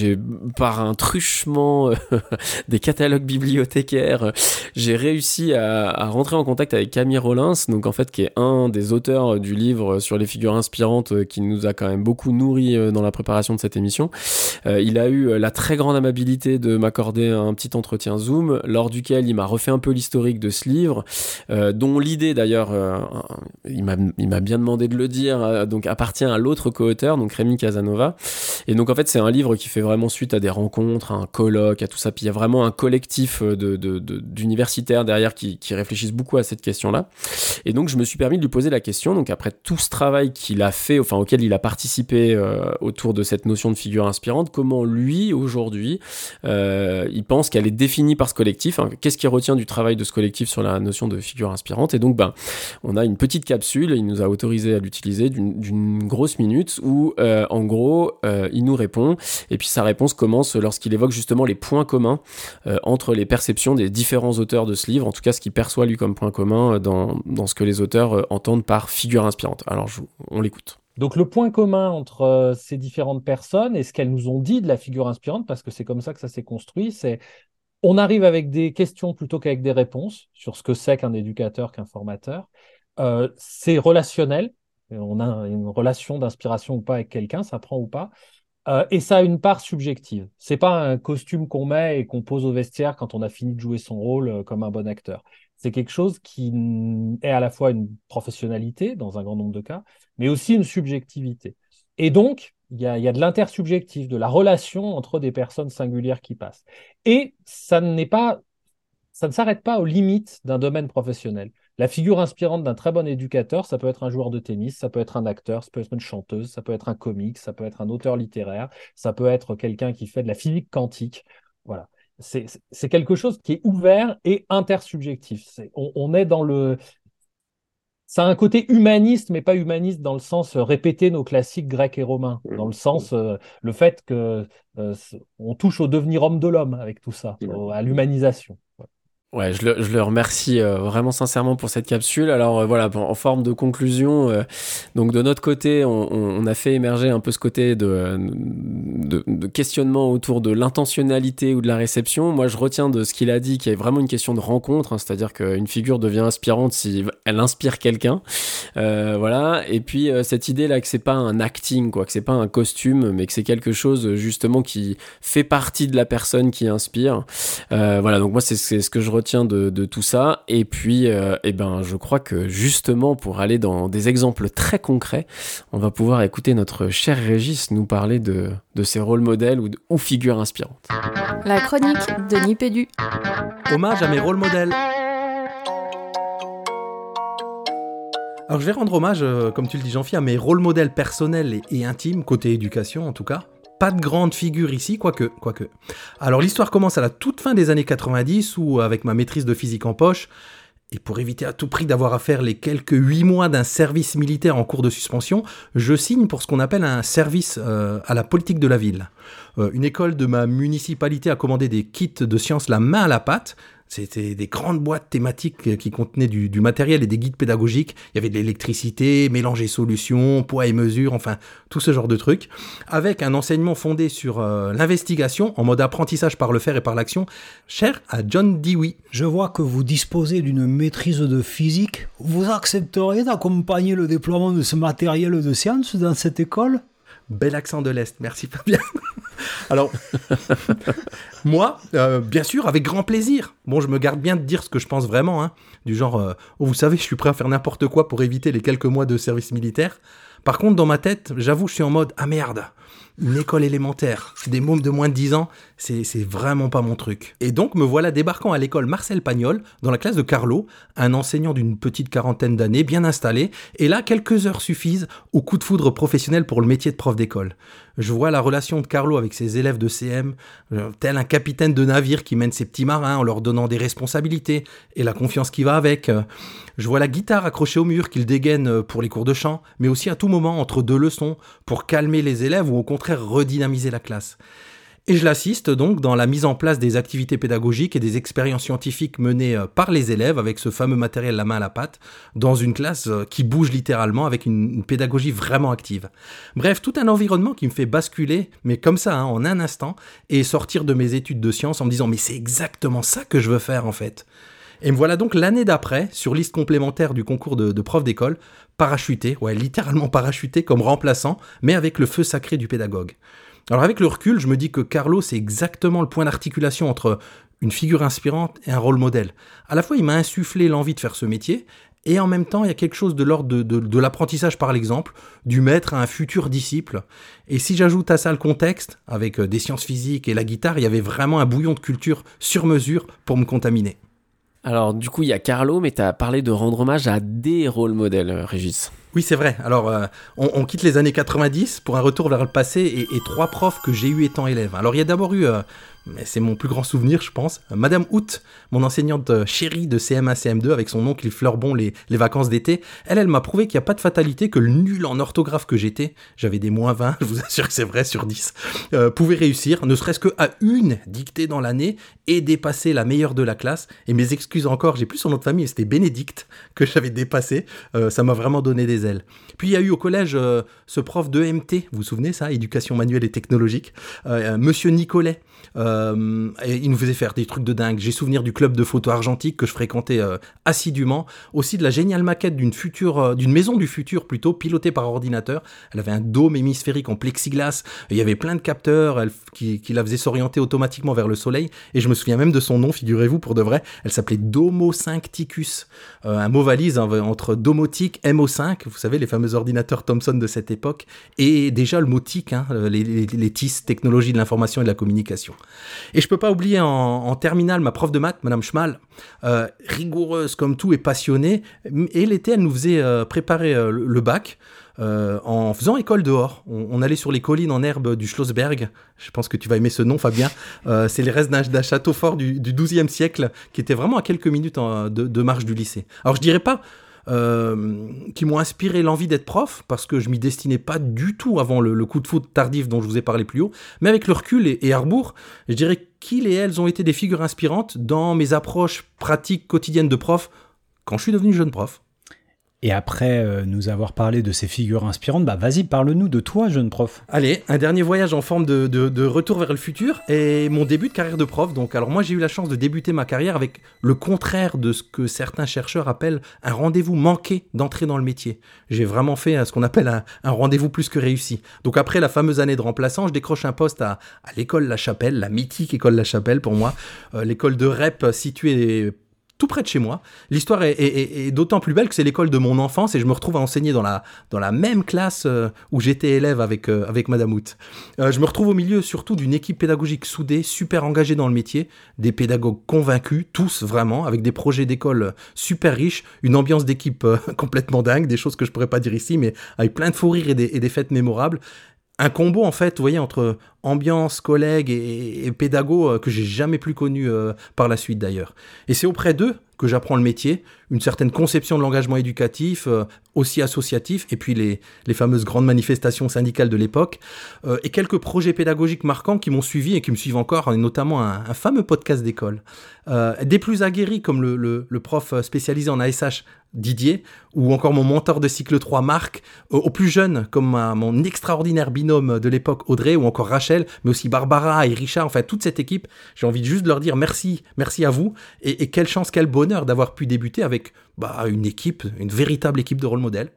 par un truchement euh, des catalogues bibliothécaires, j'ai réussi à, à rentrer en contact avec Camille Rollins, donc en fait qui est un des auteurs du livre sur les figures inspirantes, euh, qui nous a quand même beaucoup nourri euh, dans la préparation de cette émission. Euh, il a eu la très grande amabilité de m'accorder un petit entretien Zoom, lors duquel il m'a refait un peu l'historique de ce livre, euh, dont l'idée d'ailleurs, euh, il m'a, il m'a bien demandé de le dire, euh, donc appartient à l'autre co-auteur, donc Rémi Casanova. Et donc en fait c'est un livre qui fait vraiment suite à des rencontres, à un colloque, à tout ça. Puis il y a vraiment un collectif de, de, de, d'universitaires derrière qui, qui réfléchissent beaucoup à cette question-là. Et donc je me suis permis de lui poser la question, donc après tout ce travail qu'il a fait, enfin auquel il a participé euh, autour de cette notion de figure inspirante, comment lui aujourd'hui euh, il pense qu'elle est définie par ce collectif, hein. Qu'est-ce qu'il retient du travail de ce collectif sur la notion de figure inspirante. Et donc ben, on a une petite capsule, il nous a autorisé à l'utiliser d'une, d'une grosse minute où euh, en gros euh, il nous répond, et puis sa réponse commence lorsqu'il évoque justement les points communs euh, entre les perceptions des différents auteurs de ce livre, en tout cas ce qu'il perçoit lui comme point commun dans, dans ce que les auteurs euh, entendent par figure inspirante. Alors je, on l'écoute. Donc le point commun entre euh, ces différentes personnes et ce qu'elles nous ont dit de la figure inspirante, parce que c'est comme ça que ça s'est construit, c'est on arrive avec des questions plutôt qu'avec des réponses sur ce que c'est qu'un éducateur, qu'un formateur. Euh, c'est relationnel, on a une relation d'inspiration ou pas avec quelqu'un, ça prend ou pas. Euh, et ça a une part subjective. C'est pas un costume qu'on met et qu'on pose au vestiaire quand on a fini de jouer son rôle euh, comme un bon acteur. C'est quelque chose qui est à la fois une professionnalité, dans un grand nombre de cas, mais aussi une subjectivité. Et donc, il y a, il y a de l'intersubjectif, de la relation entre des personnes singulières qui passent. Et ça n'est pas, ça ne s'arrête pas aux limites d'un domaine professionnel. La figure inspirante d'un très bon éducateur, ça peut être un joueur de tennis, ça peut être un acteur, ça peut être une chanteuse, ça peut être un comique, ça peut être un auteur littéraire, ça peut être quelqu'un qui fait de la physique quantique. Voilà. C'est, c'est quelque chose qui est ouvert et intersubjectif. C'est, on, on est dans le... Ça a un côté humaniste, mais pas humaniste dans le sens euh, répéter nos classiques grecs et romains, dans le sens euh, le fait que euh, on touche au devenir homme de l'homme avec tout ça, au, à l'humanisation. Ouais. Ouais, je le, je le remercie euh, vraiment sincèrement pour cette capsule. Alors euh, voilà, bon, en forme de conclusion, euh, donc de notre côté, on, on a fait émerger un peu ce côté de, de, de questionnement autour de l'intentionnalité ou de la réception. Moi, je retiens de ce qu'il a dit qu'il y a vraiment une question de rencontre, hein, c'est-à-dire qu'une figure devient inspirante si elle inspire quelqu'un. Euh, voilà. Et puis euh, cette idée-là que c'est pas un acting, quoi, que c'est pas un costume, mais que c'est quelque chose justement qui fait partie de la personne qui inspire. Euh, voilà. Donc moi, c'est, c'est ce que je retiens De, de tout ça. Et puis euh, eh ben, je crois que justement pour aller dans des exemples très concrets, on va pouvoir écouter notre cher Régis nous parler de, de ses rôles modèles ou, de, ou figures inspirantes. La chronique de Nipédu. Hommage à mes rôles modèles. Alors je vais rendre hommage, euh, comme tu le dis Jean-Philippe, à mes rôles modèles personnels et, et intimes, côté éducation en tout cas. Pas de grande figure ici, quoique, quoique. Alors l'histoire commence à la toute fin des années quatre-vingt-dix, où avec ma maîtrise de physique en poche, et pour éviter à tout prix d'avoir à faire les quelques huit mois d'un service militaire en cours de suspension, je signe pour ce qu'on appelle un service euh, à la politique de la ville. Euh, une école de ma municipalité a commandé des kits de sciences la main à la pâte. C'était des grandes boîtes thématiques qui contenaient du, du matériel et des guides pédagogiques. Il y avait de l'électricité, mélange et solutions, poids et mesure, enfin tout ce genre de trucs. Avec un enseignement fondé sur euh, l'investigation, en mode apprentissage par le faire et par l'action, cher à John Dewey. Je vois que vous disposez d'une maîtrise de physique. Vous accepteriez d'accompagner le déploiement de ce matériel de science dans cette école ? Bel accent de l'Est, merci Fabien. Alors, moi, euh, bien sûr, avec grand plaisir. Bon, je me garde bien de dire ce que je pense vraiment, hein, du genre, euh, oh, vous savez, je suis prêt à faire n'importe quoi pour éviter les quelques mois de service militaire. Par contre, dans ma tête, j'avoue, je suis en mode, ah merde, une école élémentaire, des mômes de moins de dix ans, c'est, c'est vraiment pas mon truc. Et donc, me voilà débarquant à l'école Marcel Pagnol, dans la classe de Carlo, un enseignant d'une petite quarantaine d'années, bien installé, et là, quelques heures suffisent au coup de foudre professionnel pour le métier de prof d'école. Je vois la relation de Carlo avec ses élèves de C M, tel un capitaine de navire qui mène ses petits marins en leur donnant des responsabilités et la confiance qui va avec. Je vois la guitare accrochée au mur qu'il dégaine pour les cours de chant, mais aussi à tout moment entre deux leçons pour calmer les élèves ou au contraire redynamiser la classe. Et je l'assiste donc dans la mise en place des activités pédagogiques et des expériences scientifiques menées par les élèves avec ce fameux matériel la main à la pâte dans une classe qui bouge littéralement avec une, une pédagogie vraiment active. Bref, tout un environnement qui me fait basculer, mais comme ça, hein, en un instant, et sortir de mes études de sciences en me disant « mais c'est exactement ça que je veux faire en fait ». Et me voilà donc l'année d'après, sur liste complémentaire du concours de, de prof d'école, parachuté, ouais, littéralement parachuté comme remplaçant, mais avec le feu sacré du pédagogue. Alors avec le recul, je me dis que Carlo, c'est exactement le point d'articulation entre une figure inspirante et un rôle modèle. À la fois, il m'a insufflé l'envie de faire ce métier, et en même temps, il y a quelque chose de l'ordre de, de, de l'apprentissage par l'exemple, du maître à un futur disciple. Et si j'ajoute à ça le contexte, avec des sciences physiques et la guitare, il y avait vraiment un bouillon de culture sur mesure pour me contaminer. Alors, du coup, il y a Carlo, mais tu as parlé de rendre hommage à des rôles modèles, Régis. Oui, c'est vrai. Alors, euh, on, on quitte les années quatre-vingt-dix pour un retour vers le passé et, et trois profs que j'ai eu étant élève. Alors, il y a d'abord eu, euh, c'est mon plus grand souvenir, je pense, Madame Hout, mon enseignante chérie de C M un C M deux avec son oncle il fleure bon les, les vacances d'été. Elle, elle m'a prouvé qu'il n'y a pas de fatalité, que le nul en orthographe que j'étais, j'avais des moins vingt, je vous assure que c'est vrai, sur dix, euh, pouvait réussir, ne serait-ce qu'à une dictée dans l'année et dépasser la meilleure de la classe. Et mes excuses encore, j'ai plus son nom de famille, c'était Bénédicte que j'avais dépassé. Euh, ça m'a vraiment donné des ailes. Puis il y a eu au collège euh, ce prof d'E M T, vous vous souvenez ça, éducation manuelle et technologique, euh, Monsieur Nicolet. Euh, et il nous faisait faire des trucs de dingue. J'ai souvenir du club de photo argentique que je fréquentais euh, assidûment, aussi de la géniale maquette d'une future, euh, d'une maison du futur plutôt, pilotée par ordinateur. Elle avait un dôme hémisphérique en plexiglas, il y avait plein de capteurs elle, qui, qui la faisaient s'orienter automatiquement vers le soleil, et je me souviens même de son nom, figurez-vous, pour de vrai. Elle s'appelait Domo cinq Ticus, euh, un mot valise hein, entre domotique, M O cinq, vous savez, les fameux ordinateurs Thomson de cette époque, et déjà le mot T I C, hein, les, les, les T I S, technologie de l'information et de la communication. Et je peux pas oublier en, en terminale ma prof de maths, Madame Schmal, euh, rigoureuse comme tout et passionnée. Et l'été, elle nous faisait euh, préparer euh, le bac euh, en faisant école dehors. On, on allait sur les collines en herbe du Schlossberg. Je pense que tu vas aimer ce nom, Fabien. Euh, c'est les restes d'un, d'un château fort du, du douzième siècle qui était vraiment à quelques minutes en, de, de marche du lycée. Alors je dirais pas Euh, qui m'ont inspiré l'envie d'être prof, parce que je m'y destinais pas du tout avant le, le coup de foudre tardif dont je vous ai parlé plus haut, mais avec le recul et, et à rebours, je dirais qu'ils et elles ont été des figures inspirantes dans mes approches pratiques quotidiennes de prof quand je suis devenu jeune prof. Et après euh, nous avoir parlé de ces figures inspirantes, bah vas-y, parle-nous de toi, jeune prof. Allez, un dernier voyage en forme de, de, de retour vers le futur et mon début de carrière de prof. Donc, alors moi, j'ai eu la chance de débuter ma carrière avec le contraire de ce que certains chercheurs appellent un rendez-vous manqué d'entrée dans le métier. J'ai vraiment fait ce qu'on appelle un, un rendez-vous plus que réussi. Donc, après la fameuse année de remplaçant, je décroche un poste à, à l'école La Chapelle, la mythique école La Chapelle pour moi, euh, l'école de R E P située tout près de chez moi. L'histoire est, est, est d'autant plus belle que c'est l'école de mon enfance et je me retrouve à enseigner dans la, dans la même classe euh, où j'étais élève avec, euh, avec Madame Hout. Euh, je me retrouve au milieu surtout d'une équipe pédagogique soudée, super engagée dans le métier, des pédagogues convaincus, tous vraiment, avec des projets d'école super riches, une ambiance d'équipe euh, complètement dingue, des choses que je pourrais pas dire ici, mais avec plein de fous rires et des, et des fêtes mémorables. Un combo, en fait, vous voyez, entre ambiance, collègues et, et pédago euh, que j'ai jamais plus connu euh, par la suite d'ailleurs. Et c'est auprès d'eux que j'apprends le métier, une certaine conception de l'engagement éducatif, euh, aussi associatif, et puis les, les fameuses grandes manifestations syndicales de l'époque, euh, et quelques projets pédagogiques marquants qui m'ont suivi et qui me suivent encore, et notamment un, un fameux podcast d'école. Euh, des plus aguerris comme le, le, le prof spécialisé en A S H, Didier, ou encore mon mentor de cycle trois, Marc, euh, aux plus jeunes comme ma, mon extraordinaire binôme de l'époque, Audrey, ou encore Rachel, mais aussi Barbara et Richard, enfin toute cette équipe, j'ai envie juste de leur dire merci, merci à vous, et, et quelle chance, quel bonheur d'avoir pu débuter avec bah, une équipe, une véritable équipe de rôle modèle.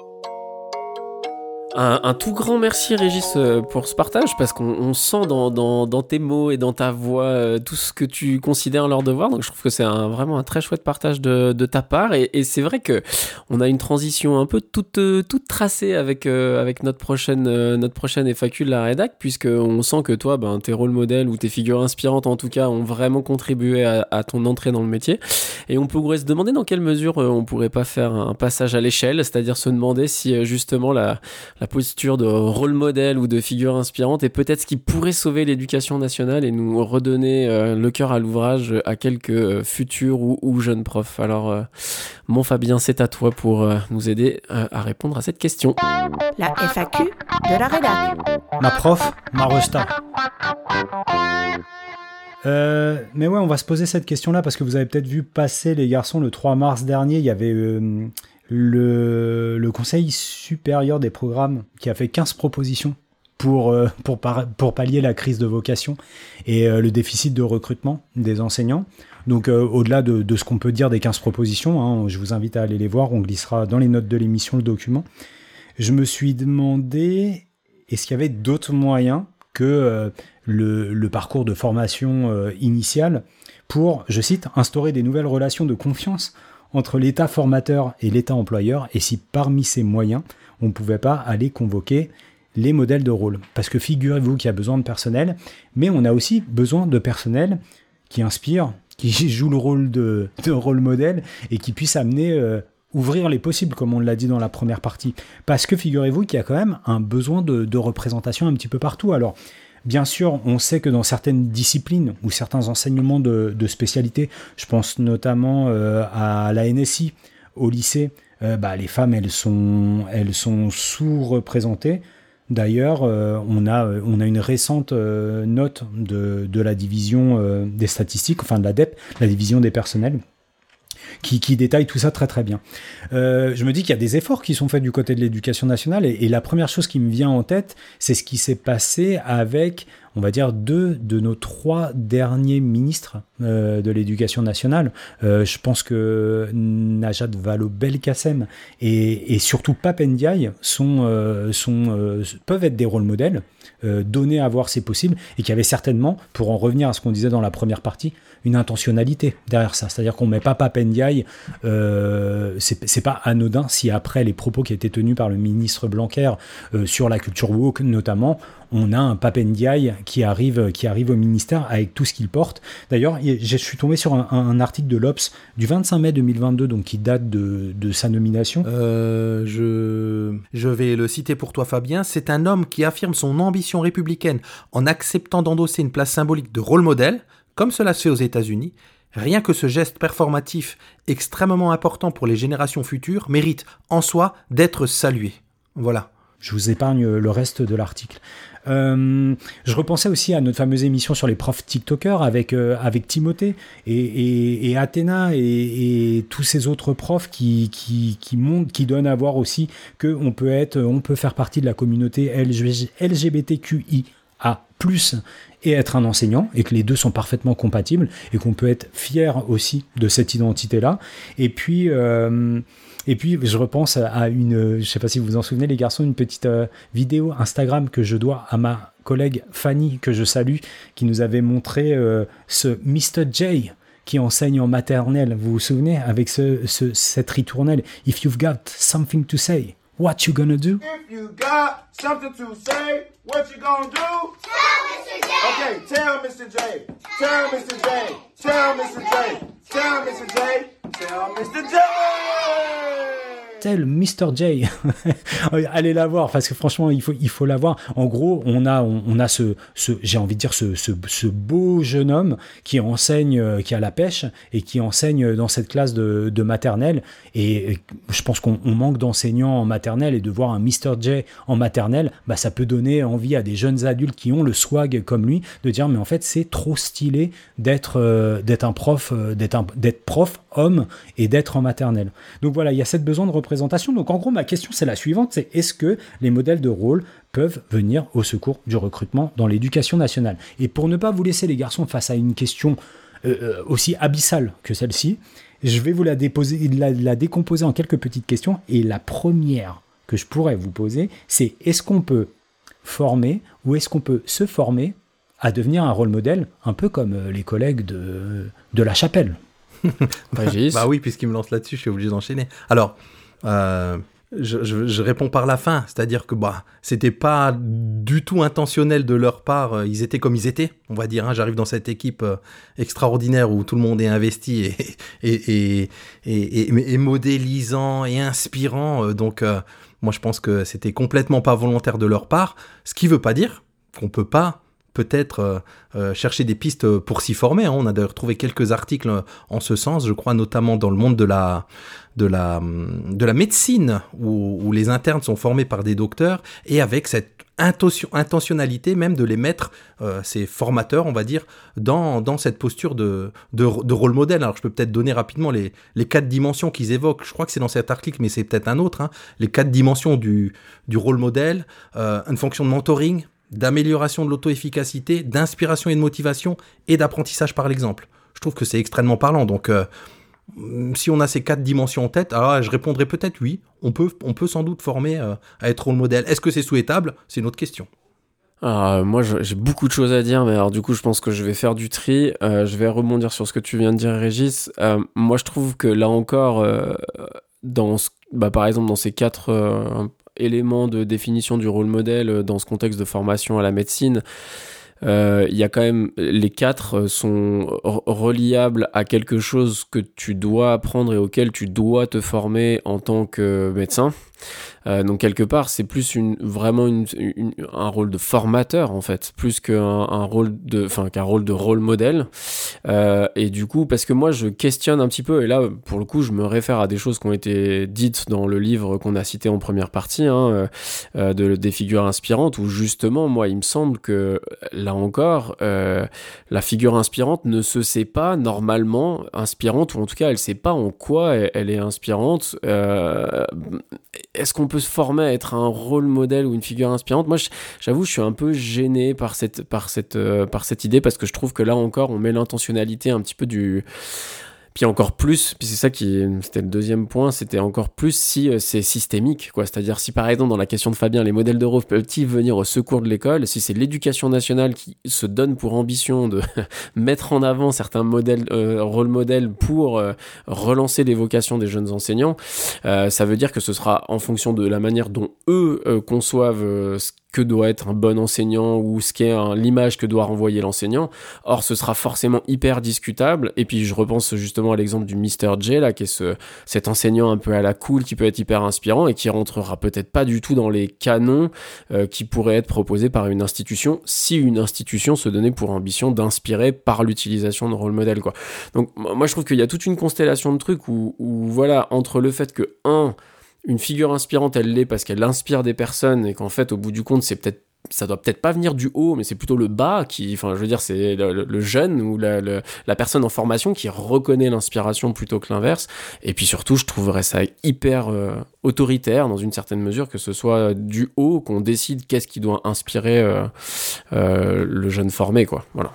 Un, un tout grand merci Régis pour ce partage, parce qu'on on sent dans, dans, dans tes mots et dans ta voix euh, tout ce que tu considères leur devoir, donc je trouve que c'est un, vraiment un très chouette partage de, de ta part, et, et c'est vrai que on a une transition un peu toute, toute tracée avec, euh, avec notre prochaine, euh, notre prochaine F A Q de la rédac, puisqu'on sent que toi, ben, tes rôles modèles ou tes figures inspirantes en tout cas ont vraiment contribué à, à ton entrée dans le métier, et on pourrait se demander dans quelle mesure euh, on pourrait pas faire un passage à l'échelle, c'est-à-dire se demander si euh, justement la, la posture de rôle modèle ou de figure inspirante est peut-être ce qui pourrait sauver l'éducation nationale et nous redonner euh, le cœur à l'ouvrage à quelques euh, futurs ou, ou jeunes profs. Alors, euh, mon Fabien, c'est à toi pour euh, nous aider euh, à répondre à cette question. La F A Q de la rédac. Ma prof, ma resta. Euh, mais ouais, on va se poser cette question-là parce que vous avez peut-être vu passer, les garçons, le trois mars dernier, il y avait euh, le, le Conseil supérieur des programmes qui a fait quinze propositions pour, euh, pour, par, pour pallier la crise de vocation et euh, le déficit de recrutement des enseignants. Donc euh, au-delà de, de ce qu'on peut dire des quinze propositions, hein, je vous invite à aller les voir, on glissera dans les notes de l'émission le document. Je me suis demandé, est-ce qu'il y avait d'autres moyens que euh, le, le parcours de formation euh, initiale pour, je cite, instaurer des nouvelles relations de confiance entre l'État formateur et l'État employeur, et si parmi ces moyens, on ne pouvait pas aller convoquer les modèles de rôle. Parce que figurez-vous qu'il y a besoin de personnel, mais on a aussi besoin de personnel qui inspire, qui joue le rôle de, de rôle modèle et qui puisse amener... Euh, ouvrir les possibles, comme on l'a dit dans la première partie. Parce que figurez-vous qu'il y a quand même un besoin de, de représentation un petit peu partout. Alors, bien sûr, on sait que dans certaines disciplines ou certains enseignements de, de spécialité, je pense notamment euh, à la N S I, au lycée, euh, bah, les femmes, elles sont, elles sont sous-représentées. D'ailleurs, euh, on, a, on a une récente euh, note de, de la division euh, des statistiques, enfin de l'A D E P, la division des personnels, Qui, qui détaille tout ça très très bien. Euh, je me dis qu'il y a des efforts qui sont faits du côté de l'éducation nationale et, et la première chose qui me vient en tête, c'est ce qui s'est passé avec, on va dire, deux de nos trois derniers ministres euh, de l'éducation nationale. Euh, je pense que Najat Vallaud-Belkacem et, et surtout Pape Ndiaye sont, euh, sont, euh, peuvent être des rôles modèles, euh, donnés à voir c'est possible, et qui avaient certainement, pour en revenir à ce qu'on disait dans la première partie, une intentionnalité derrière ça. C'est-à-dire qu'on ne met pas Pape Ndiaye, euh, c'est, c'est pas anodin si après les propos qui étaient tenus par le ministre Blanquer euh, sur la culture woke notamment, on a un Pape Ndiaye qui arrive, qui arrive au ministère avec tout ce qu'il porte. D'ailleurs, je suis tombé sur un, un article de l'Obs du vingt-cinq mai deux mille vingt-deux, donc qui date de, de sa nomination. Euh, je, je vais le citer pour toi, Fabien. C'est un homme qui affirme son ambition républicaine en acceptant d'endosser une place symbolique de rôle modèle, comme cela se fait aux États-Unis. Rien que ce geste performatif extrêmement important pour les générations futures mérite en soi d'être salué. Voilà. Je vous épargne le reste de l'article. Euh, je repensais aussi à notre fameuse émission sur les profs TikTokers avec, euh, avec Timothée et, et, et Athéna et, et tous ces autres profs qui, qui, qui montrent, qui donnent à voir aussi qu'on peut être, on peut faire partie de la communauté L G B T Q I A plus, et être un enseignant, et que les deux sont parfaitement compatibles, et qu'on peut être fier aussi de cette identité-là. Et puis... Euh, Et puis, je repense à une, je ne sais pas si vous vous en souvenez, les garçons, une petite euh, vidéo Instagram que je dois à ma collègue Fanny, que je salue, qui nous avait montré euh, ce mister J qui enseigne en maternelle. Vous vous souvenez, avec ce, ce, cette ritournelle « If you've got something to say, what you gonna do ?» If you got something to say, what you gonna do? Tell mister J. Okay, tell mister J. Tell mister J. Tell mister J. Tell mister J. Tell mister J. Tel mister J. Allez la voir, parce que franchement, il faut, il faut la voir. En gros, on a, on, on a ce, ce, j'ai envie de dire, ce, ce, ce beau jeune homme qui enseigne, qui a la pêche et qui enseigne dans cette classe de, de maternelle. Et, et je pense qu'on on manque d'enseignants en maternelle, et de voir un mister J en maternelle, bah, ça peut donner envie à des jeunes adultes qui ont le swag comme lui de dire, mais en fait, c'est trop stylé d'être, euh, d'être un prof, euh, d'être, un, d'être prof homme et d'être en maternelle. Donc voilà, il y a cette besoin de représentation. Donc en gros, ma question, c'est la suivante, c'est est-ce que les modèles de rôle peuvent venir au secours du recrutement dans l'éducation nationale? Et pour ne pas vous laisser, les garçons, face à une question euh, aussi abyssale que celle-ci, je vais vous la, déposer, la, la décomposer en quelques petites questions. Et la première que je pourrais vous poser, c'est est-ce qu'on peut former ou est-ce qu'on peut se former à devenir un rôle modèle, un peu comme les collègues de, de la chapelle? Bah oui, puisqu'il me lance là-dessus, je suis obligé d'enchaîner. Alors, euh, je, je, je réponds par la fin, c'est-à-dire que bah, c'était pas du tout intentionnel de leur part, ils étaient comme ils étaient, on va dire. Hein. J'arrive dans cette équipe euh, extraordinaire où tout le monde est investi et, et, et, et, et, et modélisant et inspirant, euh, donc euh, moi je pense que c'était complètement pas volontaire de leur part, ce qui veut pas dire qu'on peut pas peut-être euh, euh, chercher des pistes pour s'y former. Hein. On a d'ailleurs trouvé quelques articles en ce sens, je crois notamment dans le monde de la, de la, de la médecine, où, où les internes sont formés par des docteurs, et avec cette intention, intentionnalité même de les mettre, euh, ces formateurs, on va dire, dans, dans cette posture de, de, de rôle modèle. Alors je peux peut-être donner rapidement les, les quatre dimensions qu'ils évoquent. Je crois que c'est dans cet article, mais c'est peut-être un autre. Hein. Les quatre dimensions du, du rôle modèle, euh, une fonction de mentoring, d'amélioration de l'auto-efficacité, d'inspiration et de motivation, et d'apprentissage par l'exemple. Je trouve que c'est extrêmement parlant. Donc, euh, si on a ces quatre dimensions en tête, alors je répondrais peut-être oui, on peut, on peut sans doute former euh, à être rôle modèle. Est-ce que c'est souhaitable ? C'est une autre question. Alors, moi, je, j'ai beaucoup de choses à dire, mais alors du coup, je pense que je vais faire du tri. Euh, je vais rebondir sur ce que tu viens de dire, Régis. Euh, moi, je trouve que là encore, euh, dans ce, bah, par exemple, dans ces quatre euh, éléments de définition du rôle modèle, euh, dans ce contexte de formation à la médecine, il euh, y a quand même, les quatre sont r- reliables à quelque chose que tu dois apprendre et auquel tu dois te former en tant que médecin. Euh, donc quelque part, c'est plus une, vraiment une, une, un rôle de formateur en fait, plus qu'un un rôle de, enfin qu'un rôle de rôle modèle. Euh, et du coup, parce que moi, je questionne un petit peu, et là, pour le coup, je me réfère à des choses qui ont été dites dans le livre qu'on a cité en première partie, hein, euh, de, des figures inspirantes, où justement, moi, il me semble que là encore, euh, la figure inspirante ne se sait pas normalement inspirante, ou en tout cas, elle sait pas en quoi elle, elle est inspirante. Euh, Est-ce qu'on peut se former à être un rôle modèle ou une figure inspirante ? Moi, j'avoue, je suis un peu gêné par cette, par cette, euh, par cette idée, parce que je trouve que là encore, on met l'intentionnalité un petit peu du... Puis encore plus, puis c'est ça qui, c'était le deuxième point, c'était encore plus si euh, c'est systémique, quoi. C'est-à-dire si par exemple dans la question de Fabien, les modèles de rôle peuvent-ils venir au secours de l'école, si c'est l'éducation nationale qui se donne pour ambition de mettre en avant certains modèles, euh, rôles modèles pour euh, relancer les vocations des jeunes enseignants, euh, ça veut dire que ce sera en fonction de la manière dont eux euh, conçoivent euh, ce que doit être un bon enseignant ou ce qu'est un, l'image que doit renvoyer l'enseignant. Or, ce sera forcément hyper discutable. Et puis, je repense justement à l'exemple du mister J, là, qui est ce, cet enseignant un peu à la cool, qui peut être hyper inspirant et qui rentrera peut-être pas du tout dans les canons euh, qui pourraient être proposés par une institution, si une institution se donnait pour ambition d'inspirer par l'utilisation de rôle modèle, quoi. Donc, moi, je trouve qu'il y a toute une constellation de trucs où, où voilà, entre le fait que, un, une figure inspirante, elle l'est parce qu'elle inspire des personnes et qu'en fait, au bout du compte, c'est peut-être, ça doit peut-être pas venir du haut, mais c'est plutôt le bas qui, enfin, je veux dire, c'est le, le jeune ou la, le, la personne en formation qui reconnaît l'inspiration plutôt que l'inverse. Et puis surtout, je trouverais ça hyper euh, autoritaire dans une certaine mesure que ce soit du haut qu'on décide qu'est-ce qui doit inspirer euh, euh, le jeune formé, quoi. Voilà.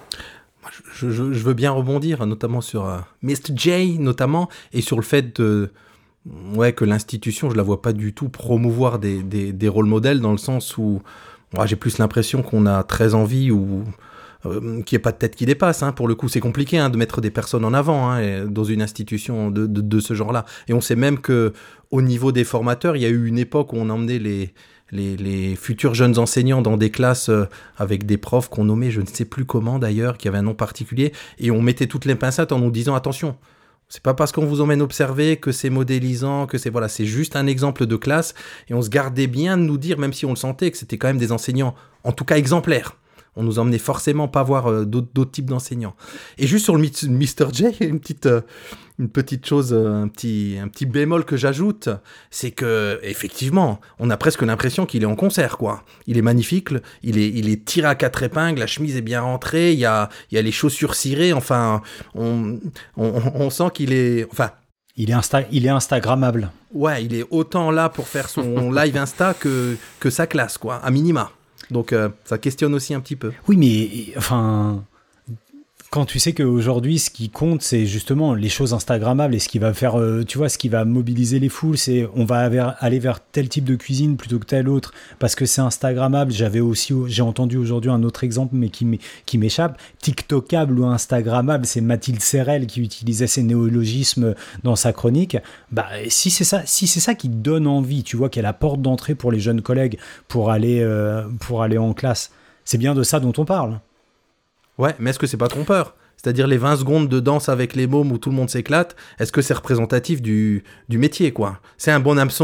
Je, je, je veux bien rebondir, notamment sur euh, mister J, notamment, et sur le fait de ouais, que l'institution, je la vois pas du tout promouvoir des, des, des rôles modèles, dans le sens où ouais, j'ai plus l'impression qu'on a très envie ou euh, qu'il n'y ait pas de tête qui dépasse. Hein. Pour le coup, c'est compliqué hein, de mettre des personnes en avant hein, et dans une institution de, de, de ce genre-là. Et on sait même que au niveau des formateurs, il y a eu une époque où on emmenait les Les, les futurs jeunes enseignants dans des classes euh, avec des profs qu'on nommait, je ne sais plus comment d'ailleurs, qui avaient un nom particulier, et on mettait toutes les pincettes en nous disant attention, c'est pas parce qu'on vous emmène observer que c'est modélisant, que c'est voilà, c'est juste un exemple de classe, et on se gardait bien de nous dire, même si on le sentait, que c'était quand même des enseignants, en tout cas exemplaires. On nous emmenait forcément pas voir euh, d'autres, d'autres types d'enseignants. Et juste sur le mister J, une petite, euh, une petite chose, euh, un petit, un petit bémol que j'ajoute, c'est que effectivement, on a presque l'impression qu'il est en concert, quoi. Il est magnifique, il est, il est tiré à quatre épingles, la chemise est bien rentrée, il y a, il y a les chaussures cirées. Enfin, on, on, on sent qu'il est, enfin. Il est, Insta- il est Instagrammable. Ouais, il est autant là pour faire son live Insta que, que sa classe, quoi, à minima. Donc euh, ça questionne aussi un petit peu. Oui, mais enfin, quand tu sais qu'aujourd'hui, ce qui compte, c'est justement les choses instagrammables et ce qui va faire, euh, tu vois, ce qui va mobiliser les foules, c'est on va vers, aller vers tel type de cuisine plutôt que tel autre parce que c'est instagrammable. J'avais aussi, j'ai entendu aujourd'hui un autre exemple, mais qui, m'é, qui m'échappe. TikTokable ou instagrammable, c'est Mathilde Serrel qui utilisait ces néologismes dans sa chronique. Bah, si c'est ça, si c'est ça qui donne envie, tu vois, qu'est la porte d'entrée pour les jeunes collègues pour aller, euh, pour aller en classe, c'est bien de ça dont on parle. Ouais, mais est-ce que c'est pas trompeur ? C'est-à-dire les vingt secondes de danse avec les mômes où tout le monde s'éclate, est-ce que c'est représentatif du, du métier, quoi ? C'est un bon hameçon,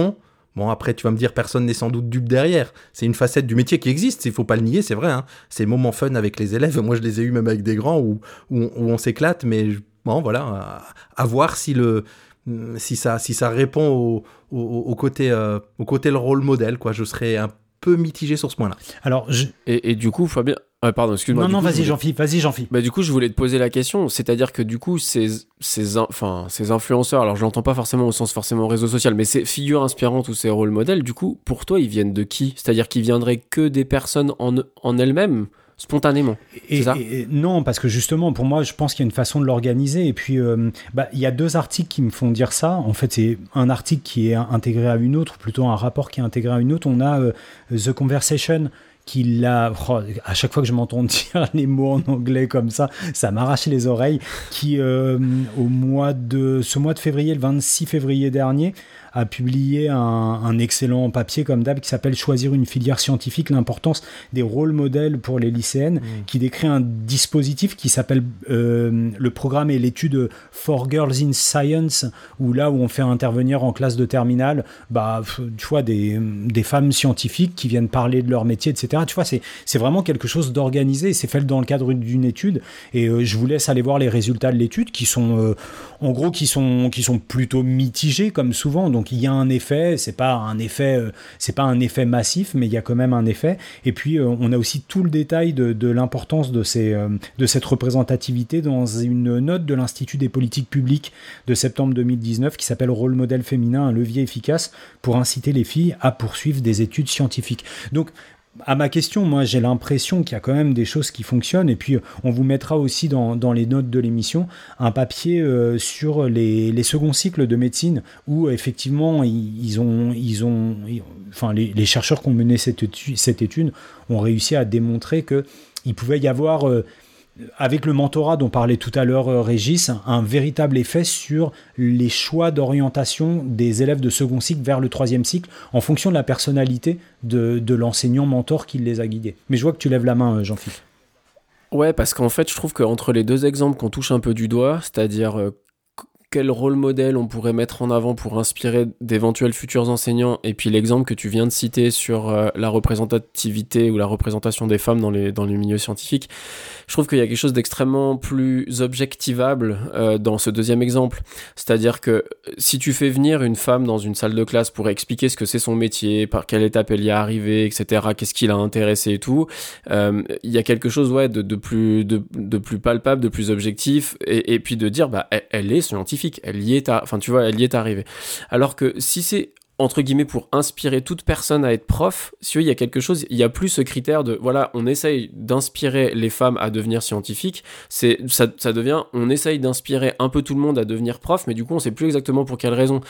Bon, après, tu vas me dire, personne n'est sans doute dupe derrière. C'est une facette du métier qui existe, il faut pas le nier, c'est vrai. Hein. Ces moments fun avec les élèves, moi, je les ai eus même avec des grands où, où, on, où on s'éclate, mais bon, voilà, à, à voir si, le, si, ça, si ça répond au, au, au, côté, euh, au côté le rôle modèle, quoi. Je serais un peu mitigé sur ce point-là. Alors, je... et, et du coup, Fabien... Ah, pardon, excuse-moi. Non, non, coup, vas-y, voulais... Jean-Philippe, vas-y, Jean-Philippe. Bah, du coup, je voulais te poser la question, c'est-à-dire que du coup, ces, ces, enfin, ces influenceurs, alors je l'entends pas forcément au sens forcément réseau social, mais ces figures inspirantes ou ces rôles modèles, du coup, pour toi, ils viennent de qui ? C'est-à-dire qu'ils viendraient que des personnes en, en elles-mêmes ? Spontanément, et, c'est ça et, Non, parce que justement, pour moi, je pense qu'il y a une façon de l'organiser. Et puis, euh, bah, il y a deux articles qui me font dire ça. En fait, c'est un article qui est intégré à une autre, plutôt un rapport qui est intégré à une autre. On a euh, The Conversation, qui l'a... Oh, à chaque fois que je m'entends dire les mots en anglais comme ça, ça m'arrache les oreilles, qui, euh, au mois de, ce mois de février, le vingt-six février dernier, a publié un, un excellent papier comme d'hab qui s'appelle « Choisir une filière scientifique, l'importance des rôles modèles pour les lycéennes mmh. », qui décrit un dispositif qui s'appelle euh, le programme et l'étude For Girls in Science, où là où on fait intervenir en classe de terminale, bah, tu vois, des, des femmes scientifiques qui viennent parler de leur métier, et cetera. Tu vois, c'est, c'est vraiment quelque chose d'organisé, c'est fait dans le cadre d'une étude, et euh, je vous laisse aller voir les résultats de l'étude qui sont, euh, en gros, qui sont, qui sont plutôt mitigés comme souvent. Donc il y a un effet, c'est pas un effet, euh, c'est pas un effet massif, mais il y a quand même un effet. Et puis euh, on a aussi tout le détail de, de l'importance de, ces, euh, de cette représentativité dans une note de l'Institut des politiques publiques de septembre deux mille dix-neuf qui s'appelle « Rôle modèle féminin, un levier efficace pour inciter les filles à poursuivre des études scientifiques ». Donc à ma question, moi j'ai l'impression qu'il y a quand même des choses qui fonctionnent, et puis on vous mettra aussi dans, dans les notes de l'émission un papier euh, sur les, les seconds cycles de médecine où effectivement ils, ils ont, ils ont, ils, enfin les, les chercheurs qui ont mené cette étude, cette étude ont réussi à démontrer qu'il pouvait y avoir euh, avec le mentorat dont parlait tout à l'heure euh, Régis, un véritable effet sur les choix d'orientation des élèves de second cycle vers le troisième cycle en fonction de la personnalité de, de l'enseignant mentor qui les a guidés. Mais je vois que tu lèves la main, Jean-Philippe. Ouais, parce qu'en fait, je trouve qu'entre les deux exemples qu'on touche un peu du doigt, c'est-à-dire euh, quel rôle modèle on pourrait mettre en avant pour inspirer d'éventuels futurs enseignants, et puis l'exemple que tu viens de citer sur euh, la représentativité ou la représentation des femmes dans les, dans les milieux scientifiques, je trouve qu'il y a quelque chose d'extrêmement plus objectivable euh, dans ce deuxième exemple. C'est-à-dire que si tu fais venir une femme dans une salle de classe pour expliquer ce que c'est son métier, par quelle étape elle y est arrivée, et cetera, qu'est-ce qui l'a intéressé et tout, euh, il y a quelque chose ouais, de, de, plus, de, de plus palpable, de plus objectif, et, et puis de dire, bah, elle, elle est scientifique, elle y est, à, enfin, tu vois, elle y est arrivée. Alors que si c'est entre guillemets, pour inspirer toute personne à être prof, si il y a quelque chose, il n'y a plus ce critère de, voilà, on essaye d'inspirer les femmes à devenir scientifiques, c'est, ça, ça devient, on essaye d'inspirer un peu tout le monde à devenir prof, mais du coup, on ne sait plus exactement pour quelle raison.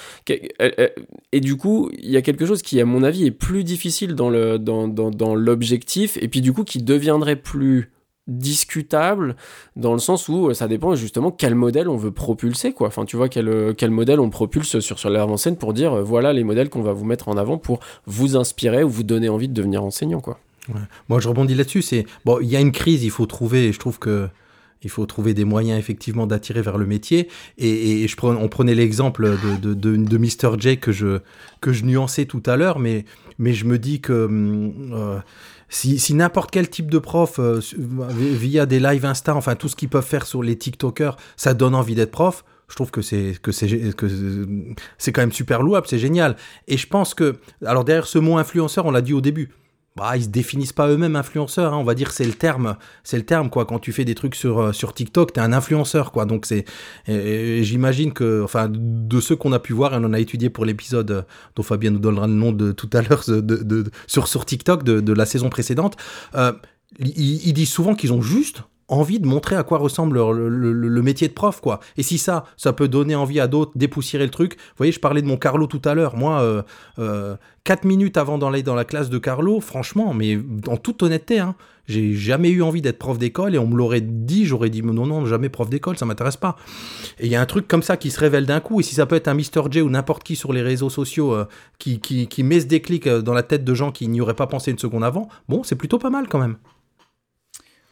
Et du coup, il y a quelque chose qui, à mon avis, est plus difficile dans, le, dans, dans, dans l'objectif, et puis du coup, qui deviendrait plus discutable dans le sens où ça dépend justement quel modèle on veut propulser, quoi. Enfin, tu vois, quel, quel modèle on propulse sur, sur l'avant-scène pour dire euh, voilà les modèles qu'on va vous mettre en avant pour vous inspirer ou vous donner envie de devenir enseignant, quoi. Ouais. Moi, je rebondis là-dessus. C'est bon, il y a une crise, il faut trouver. Je trouve que il faut trouver des moyens effectivement d'attirer vers le métier. Et, et je prends, on prenait l'exemple de, de, de, de mister J que je que je nuançais tout à l'heure, mais mais je me dis que euh, Si, si n'importe quel type de prof, euh, via des lives Insta, enfin tout ce qu'ils peuvent faire sur les TikTokers, ça donne envie d'être prof, je trouve que c'est, que c'est, que c'est quand même super louable, c'est génial. Et je pense que, alors derrière ce mot influenceur, on l'a dit au début, bah, ils se définissent pas eux-mêmes influenceurs, hein, on va dire c'est le terme, c'est le terme quoi. Quand tu fais des trucs sur sur TikTok, t'es un influenceur quoi. Donc c'est, et, et j'imagine que, enfin, de ceux qu'on a pu voir, et on en a étudié pour l'épisode dont Fabien nous donnera le nom de tout à l'heure de, de, de sur sur TikTok de, de la saison précédente, euh, ils, ils disent souvent qu'ils ont juste envie de montrer à quoi ressemble le, le, le métier de prof, quoi. Et si ça, ça peut donner envie à d'autres, dépoussiérer le truc. Vous voyez, je parlais de mon Carlo tout à l'heure. Moi, euh, euh, quatre minutes avant d'aller dans la classe de Carlo, franchement, mais en toute honnêteté, hein, j'ai jamais eu envie d'être prof d'école et on me l'aurait dit, j'aurais dit non, non, jamais prof d'école, ça m'intéresse pas. Et il y a un truc comme ça qui se révèle d'un coup. Et si ça peut être un mister J ou n'importe qui sur les réseaux sociaux euh, qui, qui, qui met ce déclic dans la tête de gens qui n'y auraient pas pensé une seconde avant, bon, c'est plutôt pas mal quand même.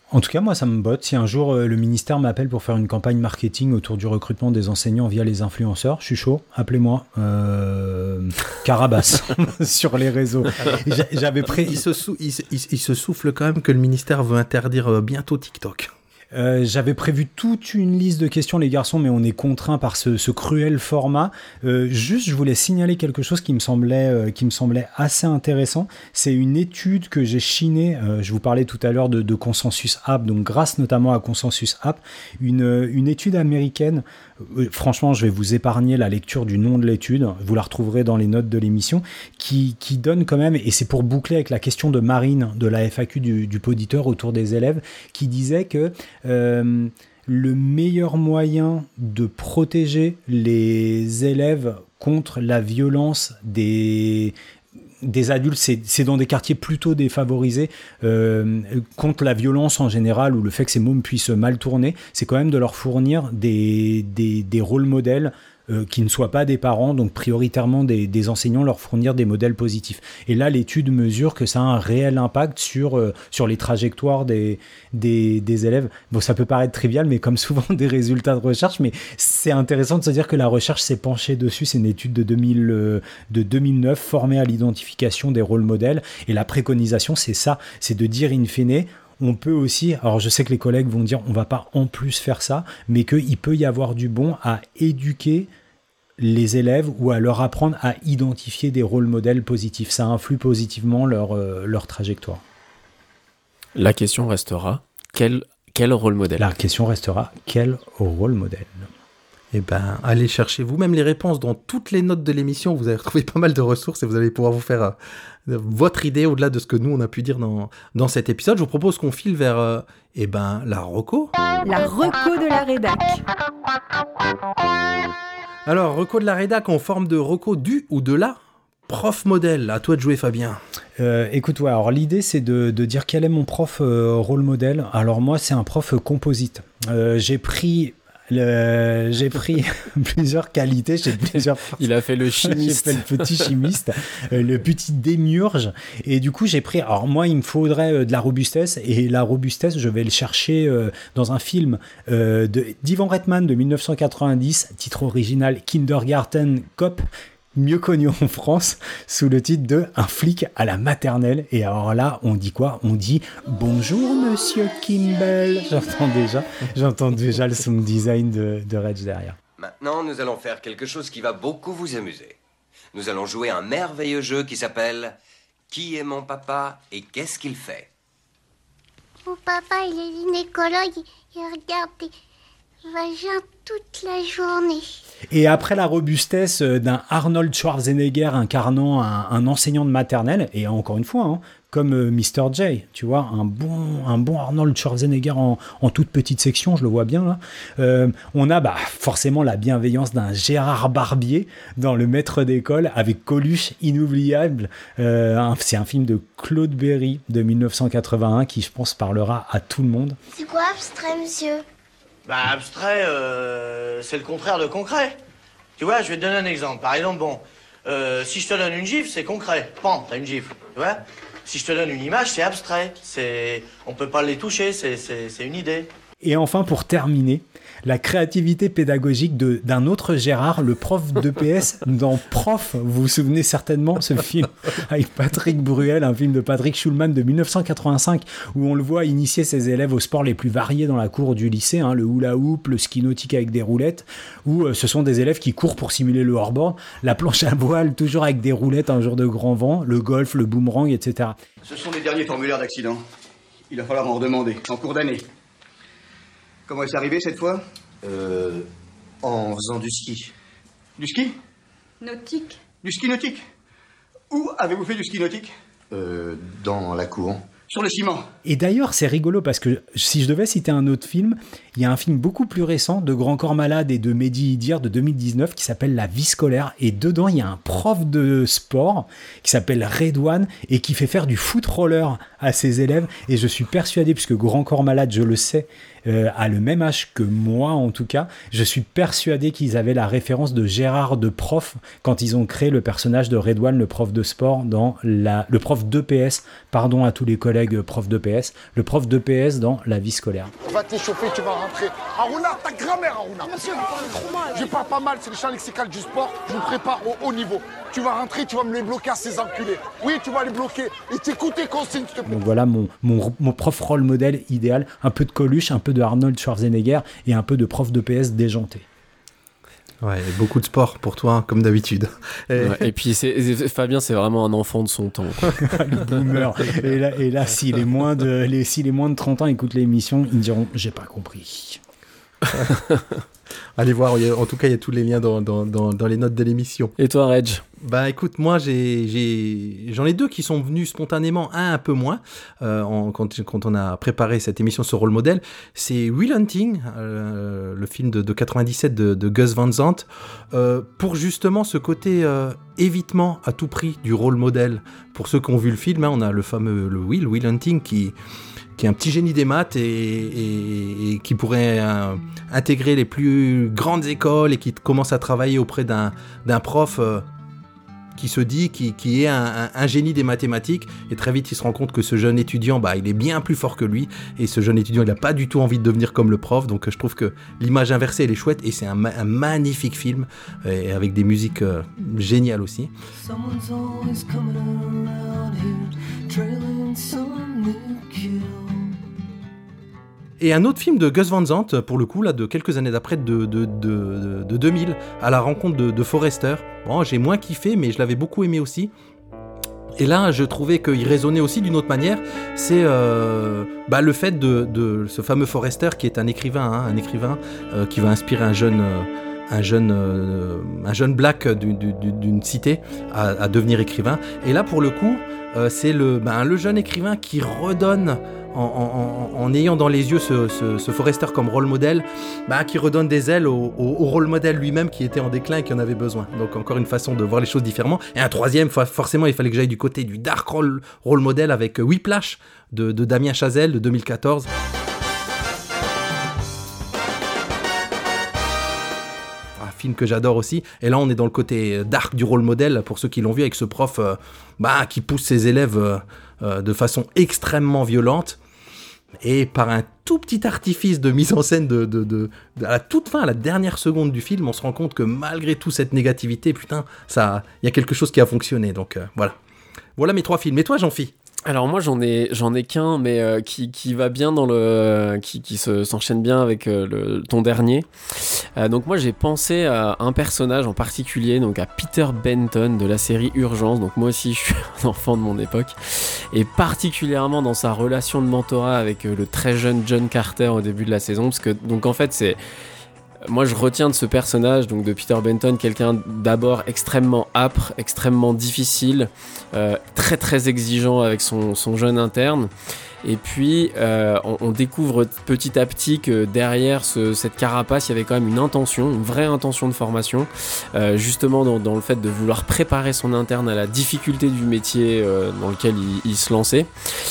En tout cas, moi, ça me botte. Si un jour euh, le ministère m'appelle pour faire une campagne marketing autour du recrutement des enseignants via les influenceurs, je suis chaud, appelez-moi. Euh... Carabas sur les réseaux. J'a- J'avais pré... Il se, sou- il, se- il se- il se souffle quand même que le ministère veut interdire euh, bientôt TikTok. Euh, j'avais prévu toute une liste de questions, les garçons, mais on est contraints par ce, ce cruel format. Euh, juste, je voulais signaler quelque chose qui me semblait, euh, qui me semblait assez intéressant. C'est une étude que j'ai chinée. Euh, je vous parlais tout à l'heure de, de Consensus App, donc grâce notamment à Consensus App, une, une étude américaine. Euh, franchement, je vais vous épargner la lecture du nom de l'étude. Vous la retrouverez dans les notes de l'émission, qui, qui donne quand même, et c'est pour boucler avec la question de Marine de la F A Q du, du poditeur autour des élèves, qui disait que Euh, le meilleur moyen de protéger les élèves contre la violence des, des adultes, c'est, c'est dans des quartiers plutôt défavorisés, euh, contre la violence en général ou le fait que ces mômes puissent mal tourner, c'est quand même de leur fournir des, des, des rôles modèles Euh, qui ne soient pas des parents, donc prioritairement des, des enseignants, leur fournir des modèles positifs. Et là, l'étude mesure que ça a un réel impact sur, euh, sur les trajectoires des, des, des élèves. Bon, ça peut paraître trivial, mais comme souvent des résultats de recherche, mais c'est intéressant de se dire que la recherche s'est penchée dessus. C'est une étude de, deux mille, euh, de deux mille neuf, formée à l'identification des rôles modèles. Et la préconisation, c'est ça, c'est de dire in fine, on peut aussi, alors je sais que les collègues vont dire on va pas en plus faire ça, mais qu'il peut y avoir du bon à éduquer les élèves ou à leur apprendre à identifier des rôles modèles positifs. Ça influe positivement leur, euh, leur trajectoire. La question restera, quel, quel rôle modèle ? La question restera, quel rôle modèle ? Eh ben, allez chercher vous-même les réponses dans toutes les notes de l'émission. Vous allez retrouver pas mal de ressources et vous allez pouvoir vous faire euh, votre idée au-delà de ce que nous, on a pu dire dans, dans cet épisode. Je vous propose qu'on file vers euh, eh ben, la reco. La reco de la rédac. Alors, reco de la rédac en forme de reco du ou de la prof modèle. À toi de jouer, Fabien. Euh, écoute, ouais, alors l'idée, c'est de, de dire quel est mon prof euh, rôle modèle. Alors moi, c'est un prof euh, composite. Euh, j'ai pris... Le, j'ai pris plusieurs qualités chez plusieurs personnes. Il a fait le chimiste. J'ai fait le petit chimiste, euh, le petit démiurge. Et du coup, j'ai pris... Alors moi, il me faudrait euh, de la robustesse. Et la robustesse, je vais le chercher euh, dans un film euh, de, d'Ivan Reitman de dix-neuf cent quatre-vingt-dix, titre original Kindergarten Cop, mieux connu en France sous le titre de Un flic à la maternelle. Et alors là, on dit quoi ? On dit bonjour Monsieur Kimball. J'entends déjà, j'entends déjà le sound design de, de Reg derrière. Maintenant, nous allons faire quelque chose qui va beaucoup vous amuser. Nous allons jouer un merveilleux jeu qui s'appelle Qui est mon papa et qu'est-ce qu'il fait ? Mon papa, il est gynécologue. Il regarde des vagins toute la journée. Et après la robustesse d'un Arnold Schwarzenegger incarnant un, un enseignant de maternelle, et encore une fois, hein, comme euh, mister J, tu vois, un bon, un bon Arnold Schwarzenegger en, en toute petite section, je le vois bien là, euh, on a bah, forcément la bienveillance d'un Gérard Barbier dans Le Maître d'école avec Coluche inoubliable. Euh, un, c'est un film de Claude Berry de dix-neuf cent quatre-vingt-un qui, je pense, parlera à tout le monde. C'est quoi abstrait, monsieur ? Bah, abstrait, euh, c'est le contraire de concret. Tu vois, je vais te donner un exemple. Par exemple, bon, euh, si je te donne une gifle, c'est concret. Pan, t'as une gifle, tu vois. Si je te donne une image, c'est abstrait. C'est, on peut pas les toucher, c'est, c'est, c'est une idée. Et enfin, pour terminer, la créativité pédagogique de, d'un autre Gérard, le prof d'E P S dans Prof. Vous vous souvenez certainement ce film avec Patrick Bruel, un film de Patrick Schulman de dix-neuf cent quatre-vingt-cinq, où on le voit initier ses élèves aux sports les plus variés dans la cour du lycée, hein, le hula hoop, le ski nautique avec des roulettes, où euh, ce sont des élèves qui courent pour simuler le hors-bord, la planche à voile toujours avec des roulettes un jour de grand vent, le golf, le boomerang, et cetera. Ce sont les derniers formulaires d'accident. Il va falloir en redemander, en cours d'année. Comment est-ce arrivé cette fois ? Euh... En faisant du ski. Du ski ? Nautique. Du ski nautique ? Où avez-vous fait du ski nautique ? Euh... Dans la cour. Sur le ciment. Et d'ailleurs, c'est rigolo parce que si je devais citer un autre film, il y a un film beaucoup plus récent de Grand Corps Malade et de Mehdi Idir de deux mille dix-neuf qui s'appelle La vie scolaire. Et dedans, il y a un prof de sport qui s'appelle Redouane et qui fait faire du foot roller à ses élèves. Et je suis persuadé, puisque Grand Corps Malade, je le sais, euh, a le même âge que moi en tout cas, je suis persuadé qu'ils avaient la référence de Gérard de prof quand ils ont créé le personnage de Redouane, le prof de sport, dans la, le prof d'E P S, pardon à tous les collègues collègue prof de P S, le prof de P S dans La vie scolaire. Va t'échauffer, tu vas rentrer. Aruna, ta grammaire, Aruna. Monsieur, vous parlez trop mal. Je parle pas mal, c'est le champ lexical du sport. Je vous prépare au haut niveau. Tu vas rentrer, tu vas me les bloquer à ces enculés. Oui, tu vas les bloquer. Et t'écoutes tes consignes, s'il te plaît. Donc voilà mon, mon, mon prof rôle modèle idéal. Un peu de Coluche, un peu de Arnold Schwarzenegger et un peu de prof de P S déjanté. Ouais, beaucoup de sport pour toi, hein, comme d'habitude. Et, ouais, et puis c'est, c'est, Fabien, c'est vraiment un enfant de son temps. Le boomer. Et là, et là s'il, est moins de, les, s'il est moins de trente ans, écoute l'émission, ils me diront « j'ai pas compris ». Allez voir, en tout cas, il y a tous les liens dans, dans, dans, dans les notes de l'émission. Et toi, Reg ? Bah écoute, moi j'ai, j'ai, j'en ai deux qui sont venus spontanément, un un peu moins, euh, en, quand, quand on a préparé cette émission sur Rôle Modèle. C'est Will Hunting, euh, le film de, de quatre-vingt-dix-sept de, de Gus Van Sant, euh, pour justement ce côté euh, évitement à tout prix du rôle modèle. Pour ceux qui ont vu le film, hein, on a le fameux le Will, Will Hunting qui... qui est un petit génie des maths et, et, et qui pourrait euh, intégrer les plus grandes écoles et qui commence à travailler auprès d'un, d'un prof euh, qui se dit qui, qui est un, un, un génie des mathématiques, et très vite il se rend compte que ce jeune étudiant, bah, il est bien plus fort que lui, et ce jeune étudiant il n'a pas du tout envie de devenir comme le prof. Donc je trouve que l'image inversée elle est chouette, et c'est un, un magnifique film, et avec des musiques euh, géniales aussi. Et un autre film de Gus Van Sant, pour le coup, là, de quelques années d'après, de, de, de, de deux mille, à la rencontre de, de Forrester. Bon, j'ai moins kiffé, mais je l'avais beaucoup aimé aussi. Et là, je trouvais qu'il résonnait aussi d'une autre manière. C'est euh, bah, le fait de, de ce fameux Forrester, qui est un écrivain, hein, un écrivain euh, qui va inspirer un jeune... Euh, un jeune, euh, un jeune black d'une, d'une cité à, à devenir écrivain. Et là, pour le coup, euh, c'est le, ben, le jeune écrivain qui redonne, en, en, en ayant dans les yeux ce, ce, ce Forrester comme rôle modèle, ben, qui redonne des ailes au, au, au rôle modèle lui-même qui était en déclin et qui en avait besoin. Donc encore une façon de voir les choses différemment. Et un troisième, forcément, il fallait que j'aille du côté du dark role, rôle modèle avec Whiplash de, de Damien Chazelle de deux mille quatorze. Film que j'adore aussi, et là on est dans le côté dark du rôle modèle pour ceux qui l'ont vu, avec ce prof euh, bah, qui pousse ses élèves euh, euh, de façon extrêmement violente, et par un tout petit artifice de mise en scène de, de, de, de à la toute fin, à la dernière seconde du film, on se rend compte que malgré toute cette négativité, putain, ça, il y a quelque chose qui a fonctionné. Donc euh, voilà, voilà mes trois films. Et toi, Jean-Phi ? Alors moi j'en ai j'en ai qu'un, mais euh, qui qui va bien dans le qui qui se s'enchaîne bien avec euh, le ton dernier. Euh, donc moi j'ai pensé à un personnage en particulier, donc à Peter Benton de la série Urgence. Donc moi aussi je suis un enfant de mon époque, et particulièrement dans sa relation de mentorat avec euh, le très jeune John Carter au début de la saison, parce que donc en fait c'est moi, je retiens de ce personnage, donc de Peter Benton, quelqu'un d'abord extrêmement âpre, extrêmement difficile, euh, très très exigeant avec son, son jeune interne. Et puis, euh, on, on découvre petit à petit que derrière ce, cette carapace, il y avait quand même une intention, une vraie intention de formation, euh, justement dans, dans le fait de vouloir préparer son interne à la difficulté du métier euh, dans lequel il, il se lançait.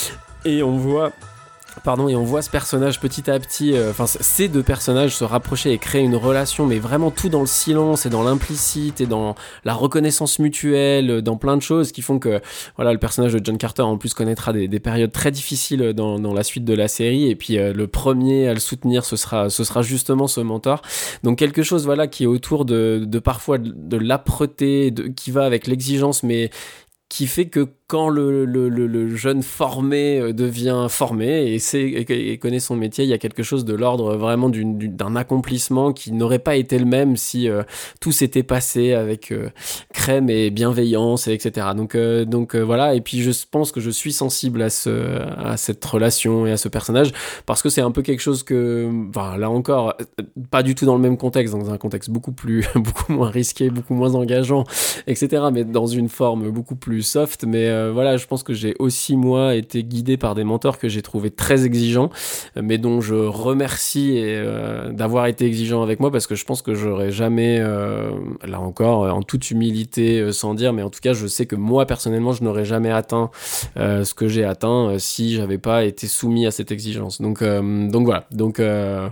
Et on voit... Pardon, et on voit ce personnage petit à petit, enfin euh, ces deux personnages se rapprocher et créer une relation, mais vraiment tout dans le silence et dans l'implicite et dans la reconnaissance mutuelle, dans plein de choses qui font que voilà, le personnage de John Carter en plus connaîtra des, des périodes très difficiles dans, dans la suite de la série, et puis euh, le premier à le soutenir ce sera, ce sera justement ce mentor. Donc quelque chose voilà, qui est autour de, de parfois de, de l'âpreté, de, qui va avec l'exigence, mais qui fait que quand le, le, le, le jeune formé devient formé et, sait, et, et connaît son métier, il y a quelque chose de l'ordre vraiment d'une, d'un accomplissement qui n'aurait pas été le même si euh, tout s'était passé avec euh, crème et bienveillance, et etc. Donc, euh, donc euh, voilà, et puis je pense que je suis sensible à, ce, à cette relation et à ce personnage, parce que c'est un peu quelque chose que, enfin, là encore, pas du tout dans le même contexte, dans un contexte beaucoup, plus, beaucoup moins risqué, beaucoup moins engageant, et cetera, mais dans une forme beaucoup plus soft, mais euh, voilà, je pense que j'ai aussi moi été guidé par des mentors que j'ai trouvé très exigeants, mais dont je remercie et, euh, d'avoir été exigeants avec moi, parce que je pense que j'aurais jamais, euh, là encore, en toute humilité, euh, sans dire, mais en tout cas, je sais que moi personnellement, je n'aurais jamais atteint euh, ce que j'ai atteint euh, si j'avais pas été soumis à cette exigence. Donc, euh, donc voilà. Donc euh,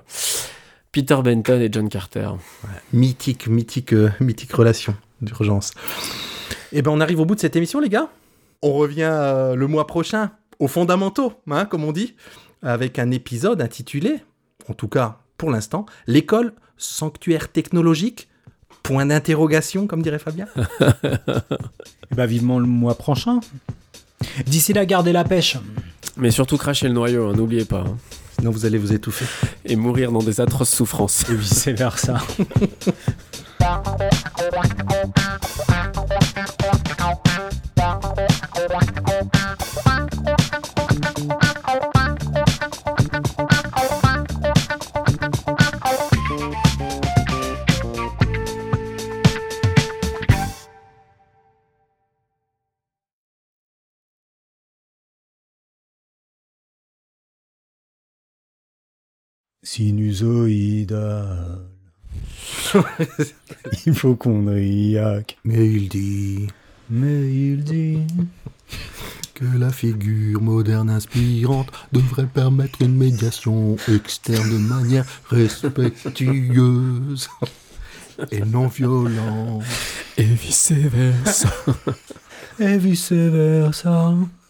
Peter Benton et John Carter. Ouais, mythique, mythique, euh, mythique relation d'urgence. Et ben on arrive au bout de cette émission, les gars. On revient euh, le mois prochain aux fondamentaux, hein, comme on dit, avec un épisode intitulé, en tout cas pour l'instant, l'école sanctuaire technologique, point d'interrogation, comme dirait Fabien. Bah vivement le mois prochain. D'ici là, gardez la pêche. Mais surtout cracher le noyau, hein, n'oubliez pas. Hein. Sinon vous allez vous étouffer. Et mourir dans des atroces souffrances. Et vice versa. Sinusoïdal. Hypocondriaque. Mais il dit... Mais il dit... que la figure moderne inspirante devrait permettre une médiation externe de manière respectueuse et non violente. Et vice versa. Et vice versa.